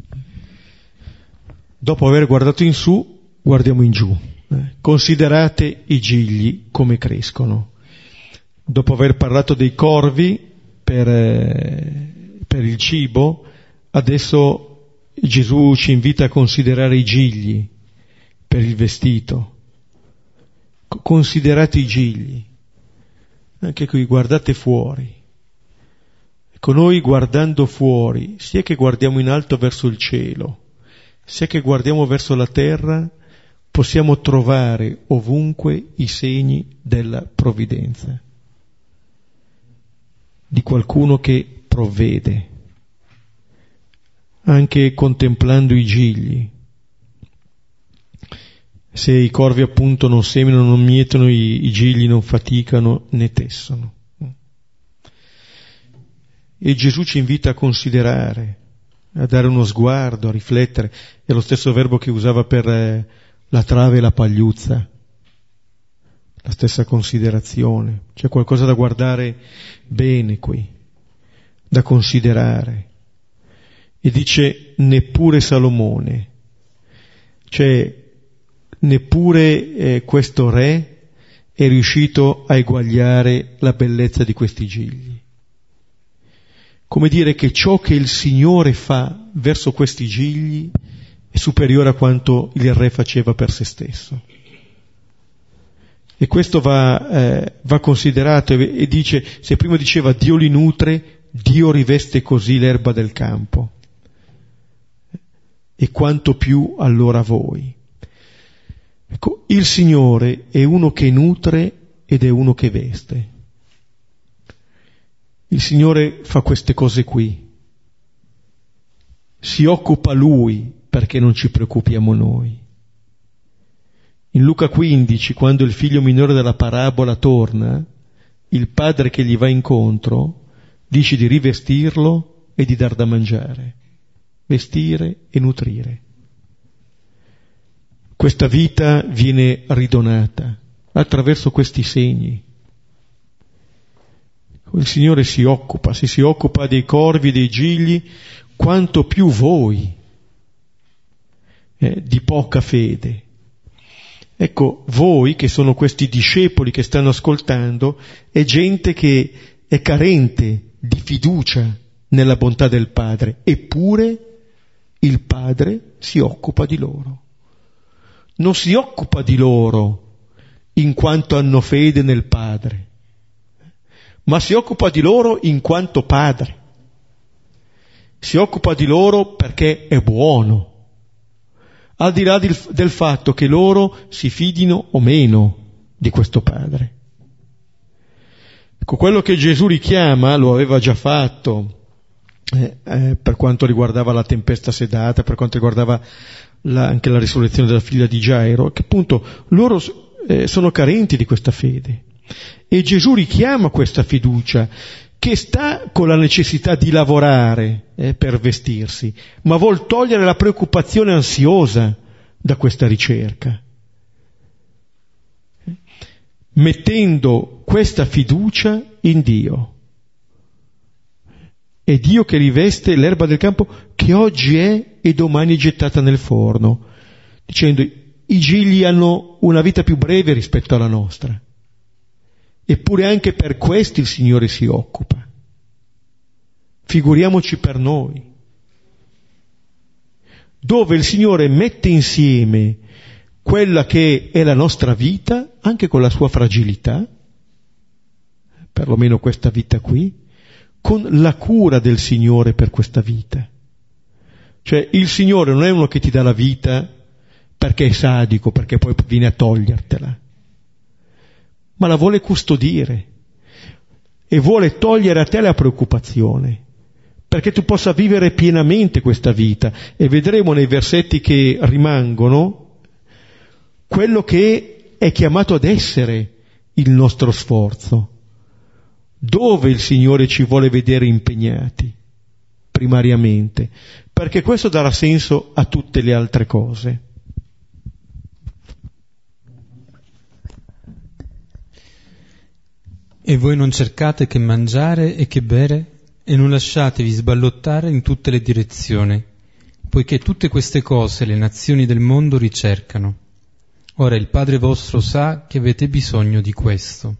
Dopo aver guardato in su, guardiamo in giù. Eh, considerate i gigli come crescono. Dopo aver parlato dei corvi per, eh, per il cibo, adesso Gesù ci invita a considerare i gigli per il vestito. Considerate i gigli. Anche qui guardate fuori. Ecco, noi guardando fuori, sia che guardiamo in alto verso il cielo, sia che guardiamo verso la terra, possiamo trovare ovunque i segni della provvidenza, di qualcuno che provvede, anche contemplando i gigli. Se i corvi appunto non seminano, non mietono, i, i gigli non faticano né tessono. E Gesù ci invita a considerare, a dare uno sguardo, a riflettere. È lo stesso verbo che usava per eh, la trave e la pagliuzza, la stessa considerazione. C'è qualcosa da guardare bene qui, da considerare. E dice neppure Salomone, cioè neppure eh, questo re è riuscito a eguagliare la bellezza di questi gigli. Come dire che ciò che il Signore fa verso questi gigli è superiore a quanto il re faceva per se stesso. E questo va, eh, va considerato, e, e dice, se prima diceva Dio li nutre, Dio riveste così l'erba del campo. E quanto più allora voi. Ecco, il Signore è uno che nutre ed è uno che veste. Il Signore fa queste cose qui. Si occupa Lui perché non ci preoccupiamo noi. In Luca quindici, quando il figlio minore della parabola torna, il padre che gli va incontro dice di rivestirlo e di dar da mangiare. Vestire e nutrire. Questa vita viene ridonata attraverso questi segni. Il Signore si occupa, se si occupa dei corvi, dei gigli, quanto più voi eh, di poca fede. Ecco, voi che sono questi discepoli che stanno ascoltando, è gente che è carente di fiducia nella bontà del Padre, eppure il Padre si occupa di loro. Non si occupa di loro in quanto hanno fede nel Padre, ma si occupa di loro in quanto Padre. Si occupa di loro perché è buono, al di là del, del fatto che loro si fidino o meno di questo Padre. Ecco, quello che Gesù richiama, lo aveva già fatto eh, eh, per quanto riguardava la tempesta sedata, per quanto riguardava la, anche la risurrezione della figlia di Gairo, che appunto loro eh, sono carenti di questa fede. E Gesù richiama questa fiducia che sta con la necessità di lavorare eh, per vestirsi, ma vuol togliere la preoccupazione ansiosa da questa ricerca, mettendo questa fiducia in Dio. È Dio che riveste l'erba del campo che oggi è e domani è gettata nel forno, dicendo i gigli hanno una vita più breve rispetto alla nostra. Eppure anche per questi il Signore si occupa. Figuriamoci per noi, dove il Signore mette insieme quella che è la nostra vita, anche con la sua fragilità, perlomeno questa vita qui, con la cura del Signore per questa vita. Cioè il Signore non è uno che ti dà la vita perché è sadico, perché poi viene a togliertela, ma la vuole custodire e vuole togliere a te la preoccupazione perché tu possa vivere pienamente questa vita. E vedremo nei versetti che rimangono quello che è chiamato ad essere il nostro sforzo, dove il Signore ci vuole vedere impegnati primariamente, perché questo darà senso a tutte le altre cose. E voi non cercate che mangiare e che bere, e non lasciatevi sballottare in tutte le direzioni, poiché tutte queste cose le nazioni del mondo ricercano. Ora il Padre vostro sa che avete bisogno di questo.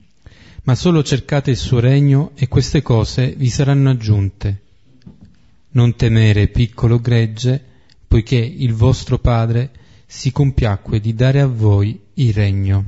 Ma solo cercate il suo regno e queste cose vi saranno aggiunte. Non temere, piccolo gregge, poiché il vostro Padre si compiacque di dare a voi il regno.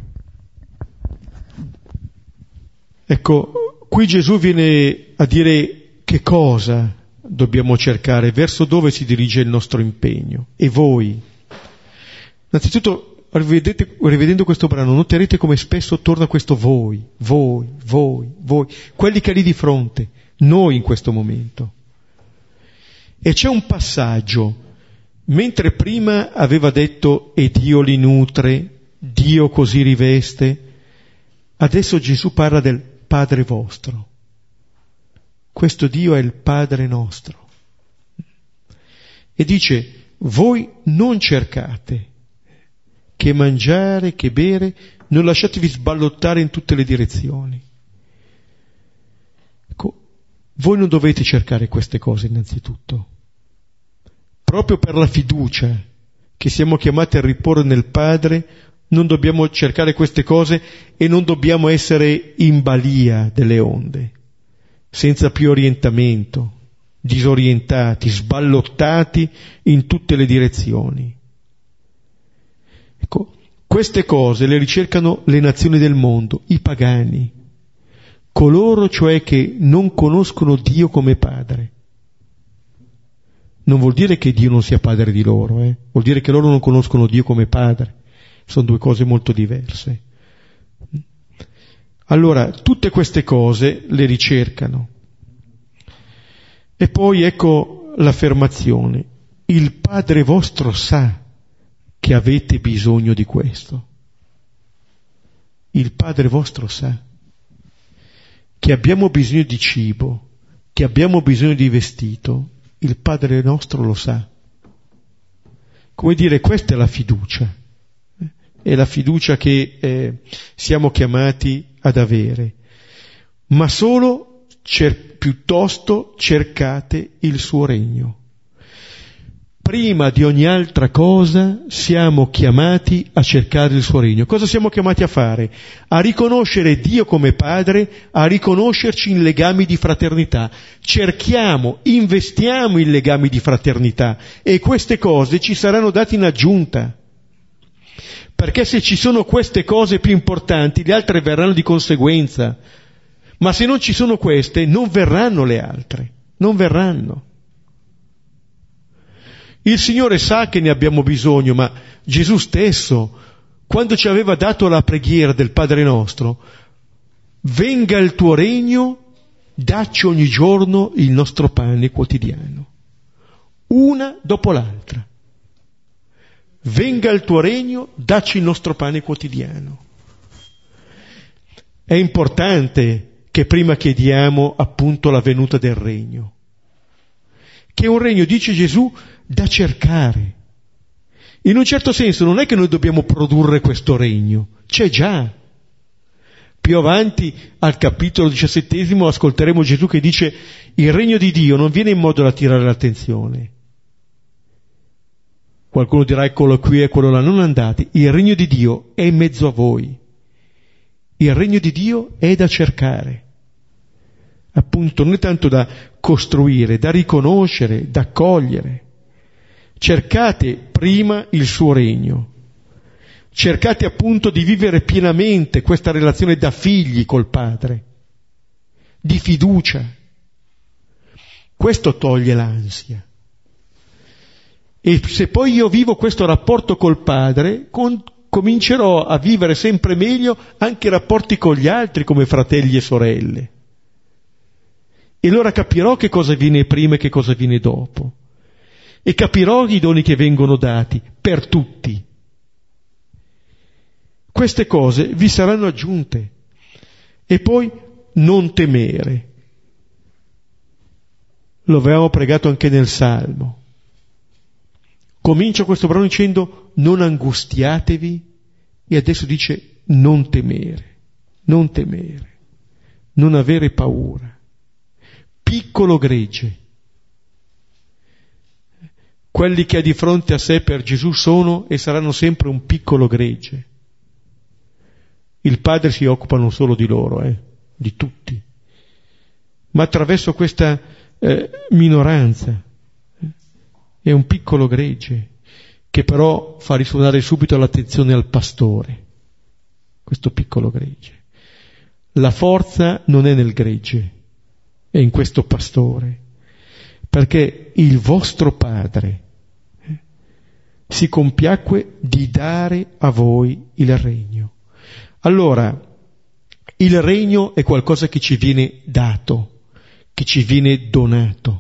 Ecco, qui Gesù viene a dire che cosa dobbiamo cercare, verso dove si dirige il nostro impegno. E voi? Innanzitutto, rivedete, rivedendo questo brano, noterete come spesso torna questo voi, voi, voi, voi, quelli che è lì di fronte, noi in questo momento. E c'è un passaggio, mentre prima aveva detto e Dio li nutre, Dio così riveste, adesso Gesù parla del Padre vostro. Questo Dio è il Padre nostro. E dice, voi non cercate che mangiare, che bere, non lasciatevi sballottare in tutte le direzioni. Ecco, voi non dovete cercare queste cose innanzitutto. Proprio per la fiducia che siamo chiamati a riporre nel Padre, non dobbiamo cercare queste cose e non dobbiamo essere in balia delle onde, senza più orientamento, disorientati, sballottati in tutte le direzioni. Ecco, queste cose le ricercano le nazioni del mondo, i pagani, coloro cioè che non conoscono Dio come Padre. Non vuol dire che Dio non sia Padre di loro, eh? Vuol dire che loro non conoscono Dio come Padre. Sono due cose molto diverse. Allora, tutte queste cose le ricercano. E poi ecco l'affermazione: il Padre vostro sa che avete bisogno di questo. Il Padre vostro sa che abbiamo bisogno di cibo, che abbiamo bisogno di vestito. Il Padre nostro lo sa. Come dire, questa è la fiducia. È la fiducia che eh, siamo chiamati ad avere. Ma solo, cer- piuttosto, cercate il suo regno. Prima di ogni altra cosa siamo chiamati a cercare il suo regno. Cosa siamo chiamati a fare? A riconoscere Dio come Padre, a riconoscerci in legami di fraternità. Cerchiamo, investiamo in legami di fraternità e queste cose ci saranno date in aggiunta. Perché se ci sono queste cose più importanti, le altre verranno di conseguenza. Ma se non ci sono queste, non verranno le altre. Non verranno. Il Signore sa che ne abbiamo bisogno, ma Gesù stesso, quando ci aveva dato la preghiera del Padre nostro, venga il tuo regno, dacci ogni giorno il nostro pane quotidiano. Una dopo l'altra. Venga il tuo regno, dacci il nostro pane quotidiano. È importante che prima chiediamo appunto la venuta del regno. Che è un regno, dice Gesù, da cercare. In un certo senso non è che noi dobbiamo produrre questo regno, c'è già. Più avanti al capitolo diciassettesimo ascolteremo Gesù che dice: il regno di Dio non viene in modo da attirare l'attenzione. Qualcuno dirà eccolo qui e quello là, non andate, il regno di Dio è in mezzo a voi. Il regno di Dio è da cercare. Appunto, non è tanto da costruire, da riconoscere, da accogliere. Cercate prima il suo regno. Cercate appunto di vivere pienamente questa relazione da figli col Padre, di fiducia. Questo toglie l'ansia. E se poi io vivo questo rapporto col Padre, con, comincerò a vivere sempre meglio anche i rapporti con gli altri come fratelli e sorelle. E allora capirò che cosa viene prima e che cosa viene dopo. E capirò i doni che vengono dati per tutti. Queste cose vi saranno aggiunte. E poi non temere. Lo avevamo pregato anche nel Salmo. Comincia questo brano dicendo non angustiatevi e adesso dice non temere, non temere, non avere paura. Piccolo gregge. Quelli che ha di fronte a sé per Gesù sono e saranno sempre un piccolo gregge. Il Padre si occupa non solo di loro, eh, di tutti, ma attraverso questa eh, minoranza è un piccolo gregge che però fa risuonare subito l'attenzione al pastore, questo piccolo gregge. La forza non è nel gregge, è in questo pastore, perché il vostro Padre eh, si compiacque di dare a voi il regno. Allora, il regno è qualcosa che ci viene dato, che ci viene donato.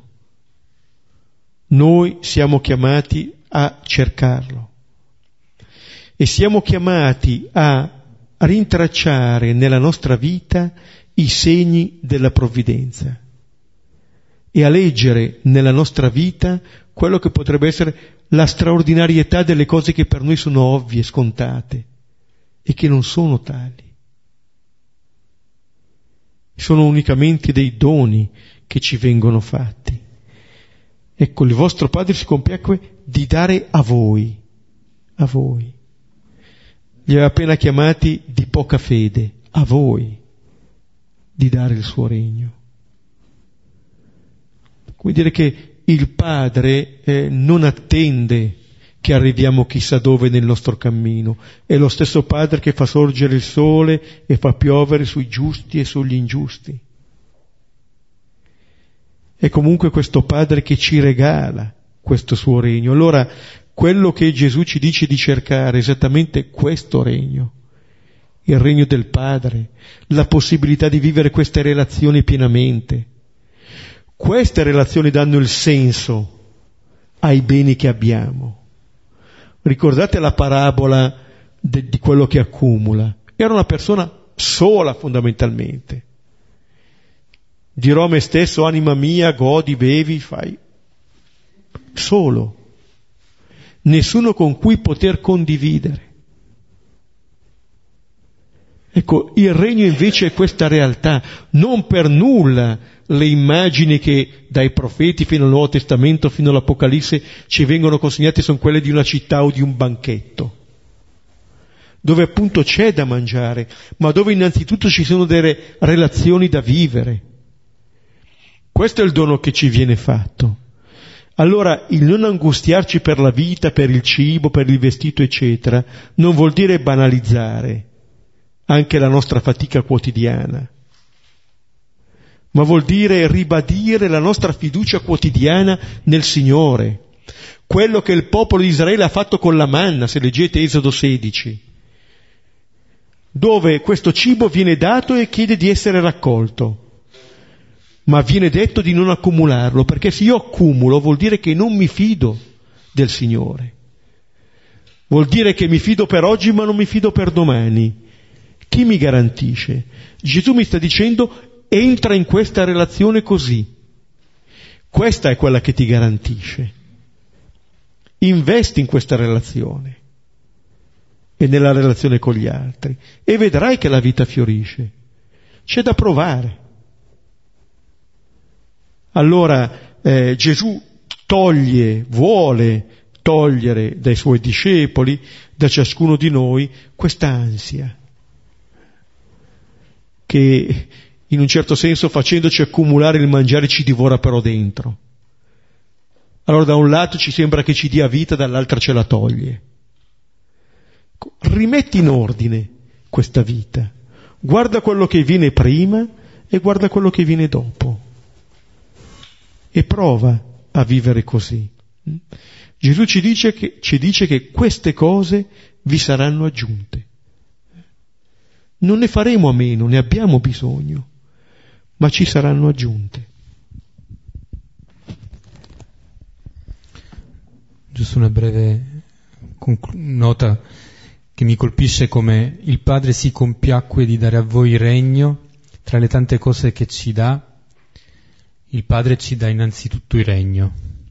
Noi siamo chiamati a cercarlo e siamo chiamati a rintracciare nella nostra vita i segni della provvidenza e a leggere nella nostra vita quello che potrebbe essere la straordinarietà delle cose che per noi sono ovvie, scontate e che non sono tali. Sono unicamente dei doni che ci vengono fatti. Ecco, il vostro Padre si compiacque di dare a voi, a voi. Li aveva appena chiamati di poca fede, a voi, di dare il suo regno. Come dire che il Padre eh, non attende che arriviamo chissà dove nel nostro cammino. È lo stesso Padre che fa sorgere il sole e fa piovere sui giusti e sugli ingiusti. È comunque questo Padre che ci regala questo suo regno. Allora, quello che Gesù ci dice di cercare è esattamente questo regno, il regno del Padre, la possibilità di vivere queste relazioni pienamente. Queste relazioni danno il senso ai beni che abbiamo. Ricordate la parabola de, di quello che accumula? Era una persona sola fondamentalmente. Dirò a me stesso, anima mia, godi, bevi, fai. Solo. Nessuno con cui poter condividere. Ecco, il regno invece è questa realtà. Non per nulla le immagini che dai profeti fino al Nuovo Testamento, fino all'Apocalisse, ci vengono consegnate sono quelle di una città o di un banchetto, dove appunto c'è da mangiare, ma dove innanzitutto ci sono delle relazioni da vivere. Questo è il dono che ci viene fatto. Allora il non angustiarci per la vita, per il cibo, per il vestito, eccetera, non vuol dire banalizzare anche la nostra fatica quotidiana, ma vuol dire ribadire la nostra fiducia quotidiana nel Signore. Quello che il popolo di Israele ha fatto con la manna, se leggete Esodo sedici, dove questo cibo viene dato e chiede di essere raccolto. Ma viene detto di non accumularlo, perché se io accumulo vuol dire che non mi fido del Signore. Vuol dire che mi fido per oggi ma non mi fido per domani. Chi mi garantisce? Gesù mi sta dicendo: entra in questa relazione così. Questa è quella che ti garantisce. Investi in questa relazione e nella relazione con gli altri e vedrai che la vita fiorisce. C'è da provare. Allora eh, Gesù toglie, vuole togliere dai suoi discepoli, da ciascuno di noi, questa ansia che in un certo senso, facendoci accumulare il mangiare, ci divora però dentro. Allora da un lato ci sembra che ci dia vita, dall'altro ce la toglie. Rimetti in ordine questa vita, guarda quello che viene prima e guarda quello che viene dopo. E prova a vivere così. Gesù ci dice che, ci dice che queste cose vi saranno aggiunte. Non ne faremo a meno, ne abbiamo bisogno, ma ci saranno aggiunte. Giusto una breve conclu- nota che mi colpisce: come il Padre si compiacque di dare a voi il regno. Tra le tante cose che ci dà, il Padre ci dà innanzitutto il regno,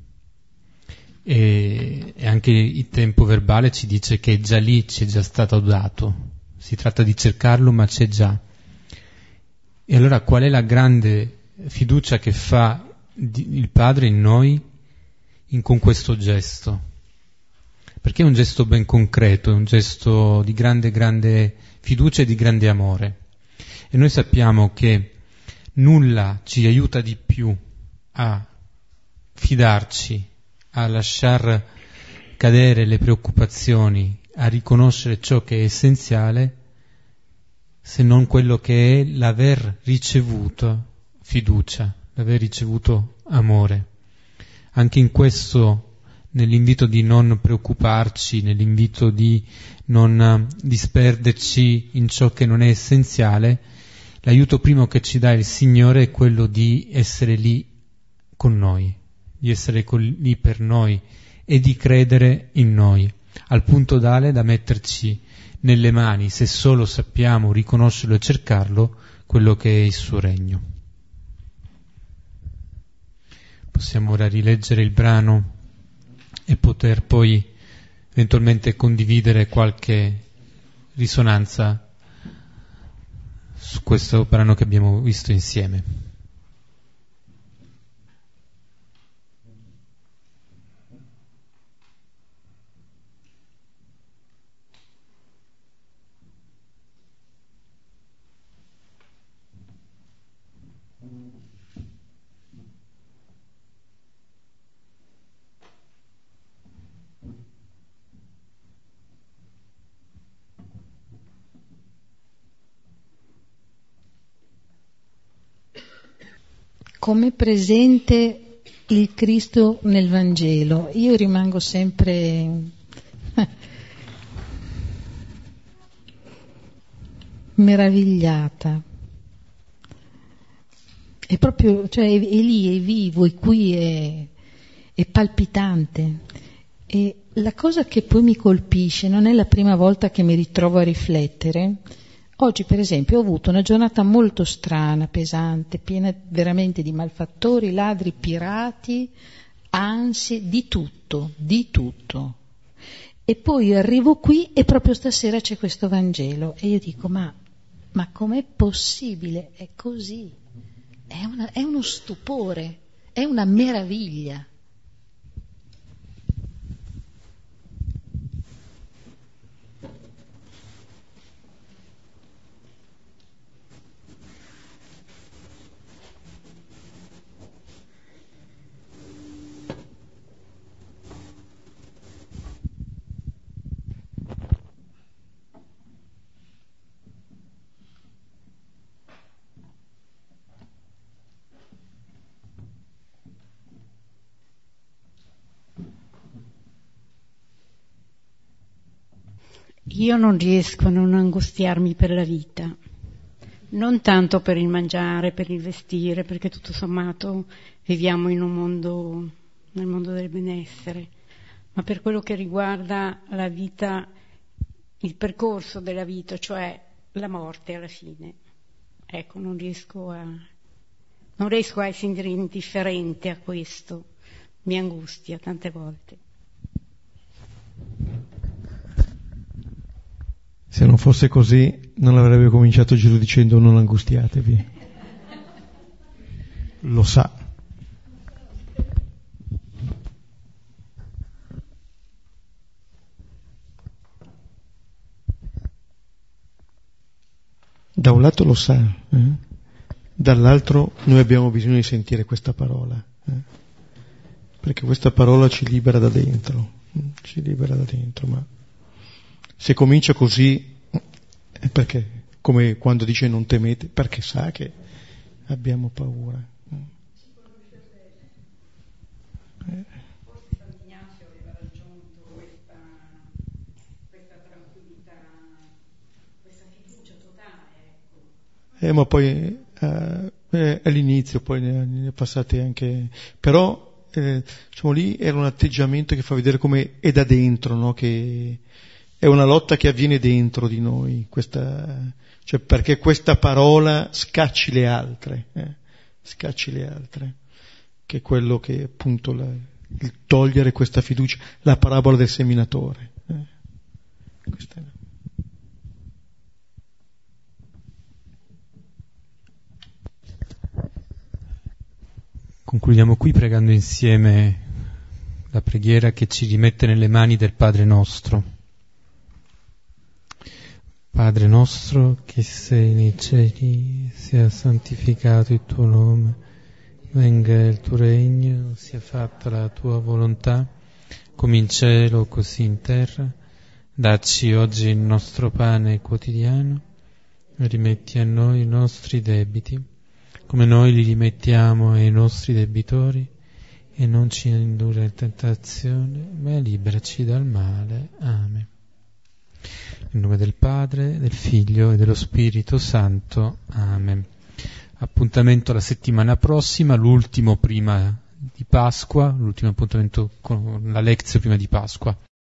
e, e anche il tempo verbale ci dice che già lì ci è già stato dato, si tratta di cercarlo ma c'è già. E allora qual è la grande fiducia che fa il Padre in noi in, con questo gesto? Perché è un gesto ben concreto, è un gesto di grande grande fiducia e di grande amore, e noi sappiamo che nulla ci aiuta di più a fidarci, a lasciar cadere le preoccupazioni, a riconoscere ciò che è essenziale, se non quello che è l'aver ricevuto fiducia, l'aver ricevuto amore. Anche in questo, nell'invito di non preoccuparci, nell'invito di non disperderci in ciò che non è essenziale, l'aiuto primo che ci dà il Signore è quello di essere lì con noi, di essere lì per noi e di credere in noi, al punto tale da metterci nelle mani, se solo sappiamo riconoscerlo e cercarlo, quello che è il suo regno. Possiamo ora rileggere il brano e poter poi eventualmente condividere qualche risonanza su questo brano che abbiamo visto insieme. Come presente il Cristo nel Vangelo? Io rimango sempre meravigliata. È proprio, cioè, è, è lì, è vivo, è qui, è, è palpitante. E la cosa che poi mi colpisce, non è la prima volta che mi ritrovo a riflettere. Oggi, per esempio, ho avuto una giornata molto strana, pesante, piena veramente di malfattori, ladri, pirati, ansie, di tutto, di tutto. E poi arrivo qui e proprio stasera c'è questo Vangelo e io dico, ma, ma com'è possibile? È così, è, una, è uno stupore, è una meraviglia. Io non riesco a non angustiarmi per la vita, non tanto per il mangiare, per il vestire, perché tutto sommato viviamo in un mondo, nel mondo del benessere, ma per quello che riguarda la vita, il percorso della vita, cioè la morte alla fine. Ecco, non riesco a, non riesco a essere indifferente a questo, mi angustia tante volte. Se non fosse così, non avrebbe cominciato Gesù dicendo non angustiatevi. Lo sa. Da un lato lo sa, eh? Dall'altro noi abbiamo bisogno di sentire questa parola, eh? Perché questa parola ci libera da dentro, ci libera da dentro, ma se comincia così è perché, come quando dice non temete, perché sa che abbiamo paura. Eh. Forse Sant'Ignazio aveva raggiunto questa, questa tranquillità, questa fiducia totale, ecco. Eh, ma poi eh, eh, all'inizio, poi ne, ne è passate anche, però eh, diciamo lì era un atteggiamento che fa vedere come è da dentro, no? Che è una lotta che avviene dentro di noi, questa, cioè perché questa parola scacci le altre, eh, scacci le altre, che è quello che appunto la, il togliere questa fiducia, la parabola del seminatore. Eh. Questa è... Concludiamo qui pregando insieme la preghiera che ci rimette nelle mani del Padre nostro. Padre nostro che sei nei cieli, sia santificato il tuo nome, Venga il tuo regno, sia fatta la tua volontà, come in cielo così in terra. Dacci oggi il nostro pane quotidiano, e rimetti a noi i nostri debiti, come noi li rimettiamo ai nostri debitori, e non ci indurre in tentazione, ma liberaci dal male. Amen. Nel nome del Padre, del Figlio e dello Spirito Santo. Amen. Appuntamento la settimana prossima, l'ultimo prima di Pasqua, l'ultimo appuntamento con la lezione prima di Pasqua.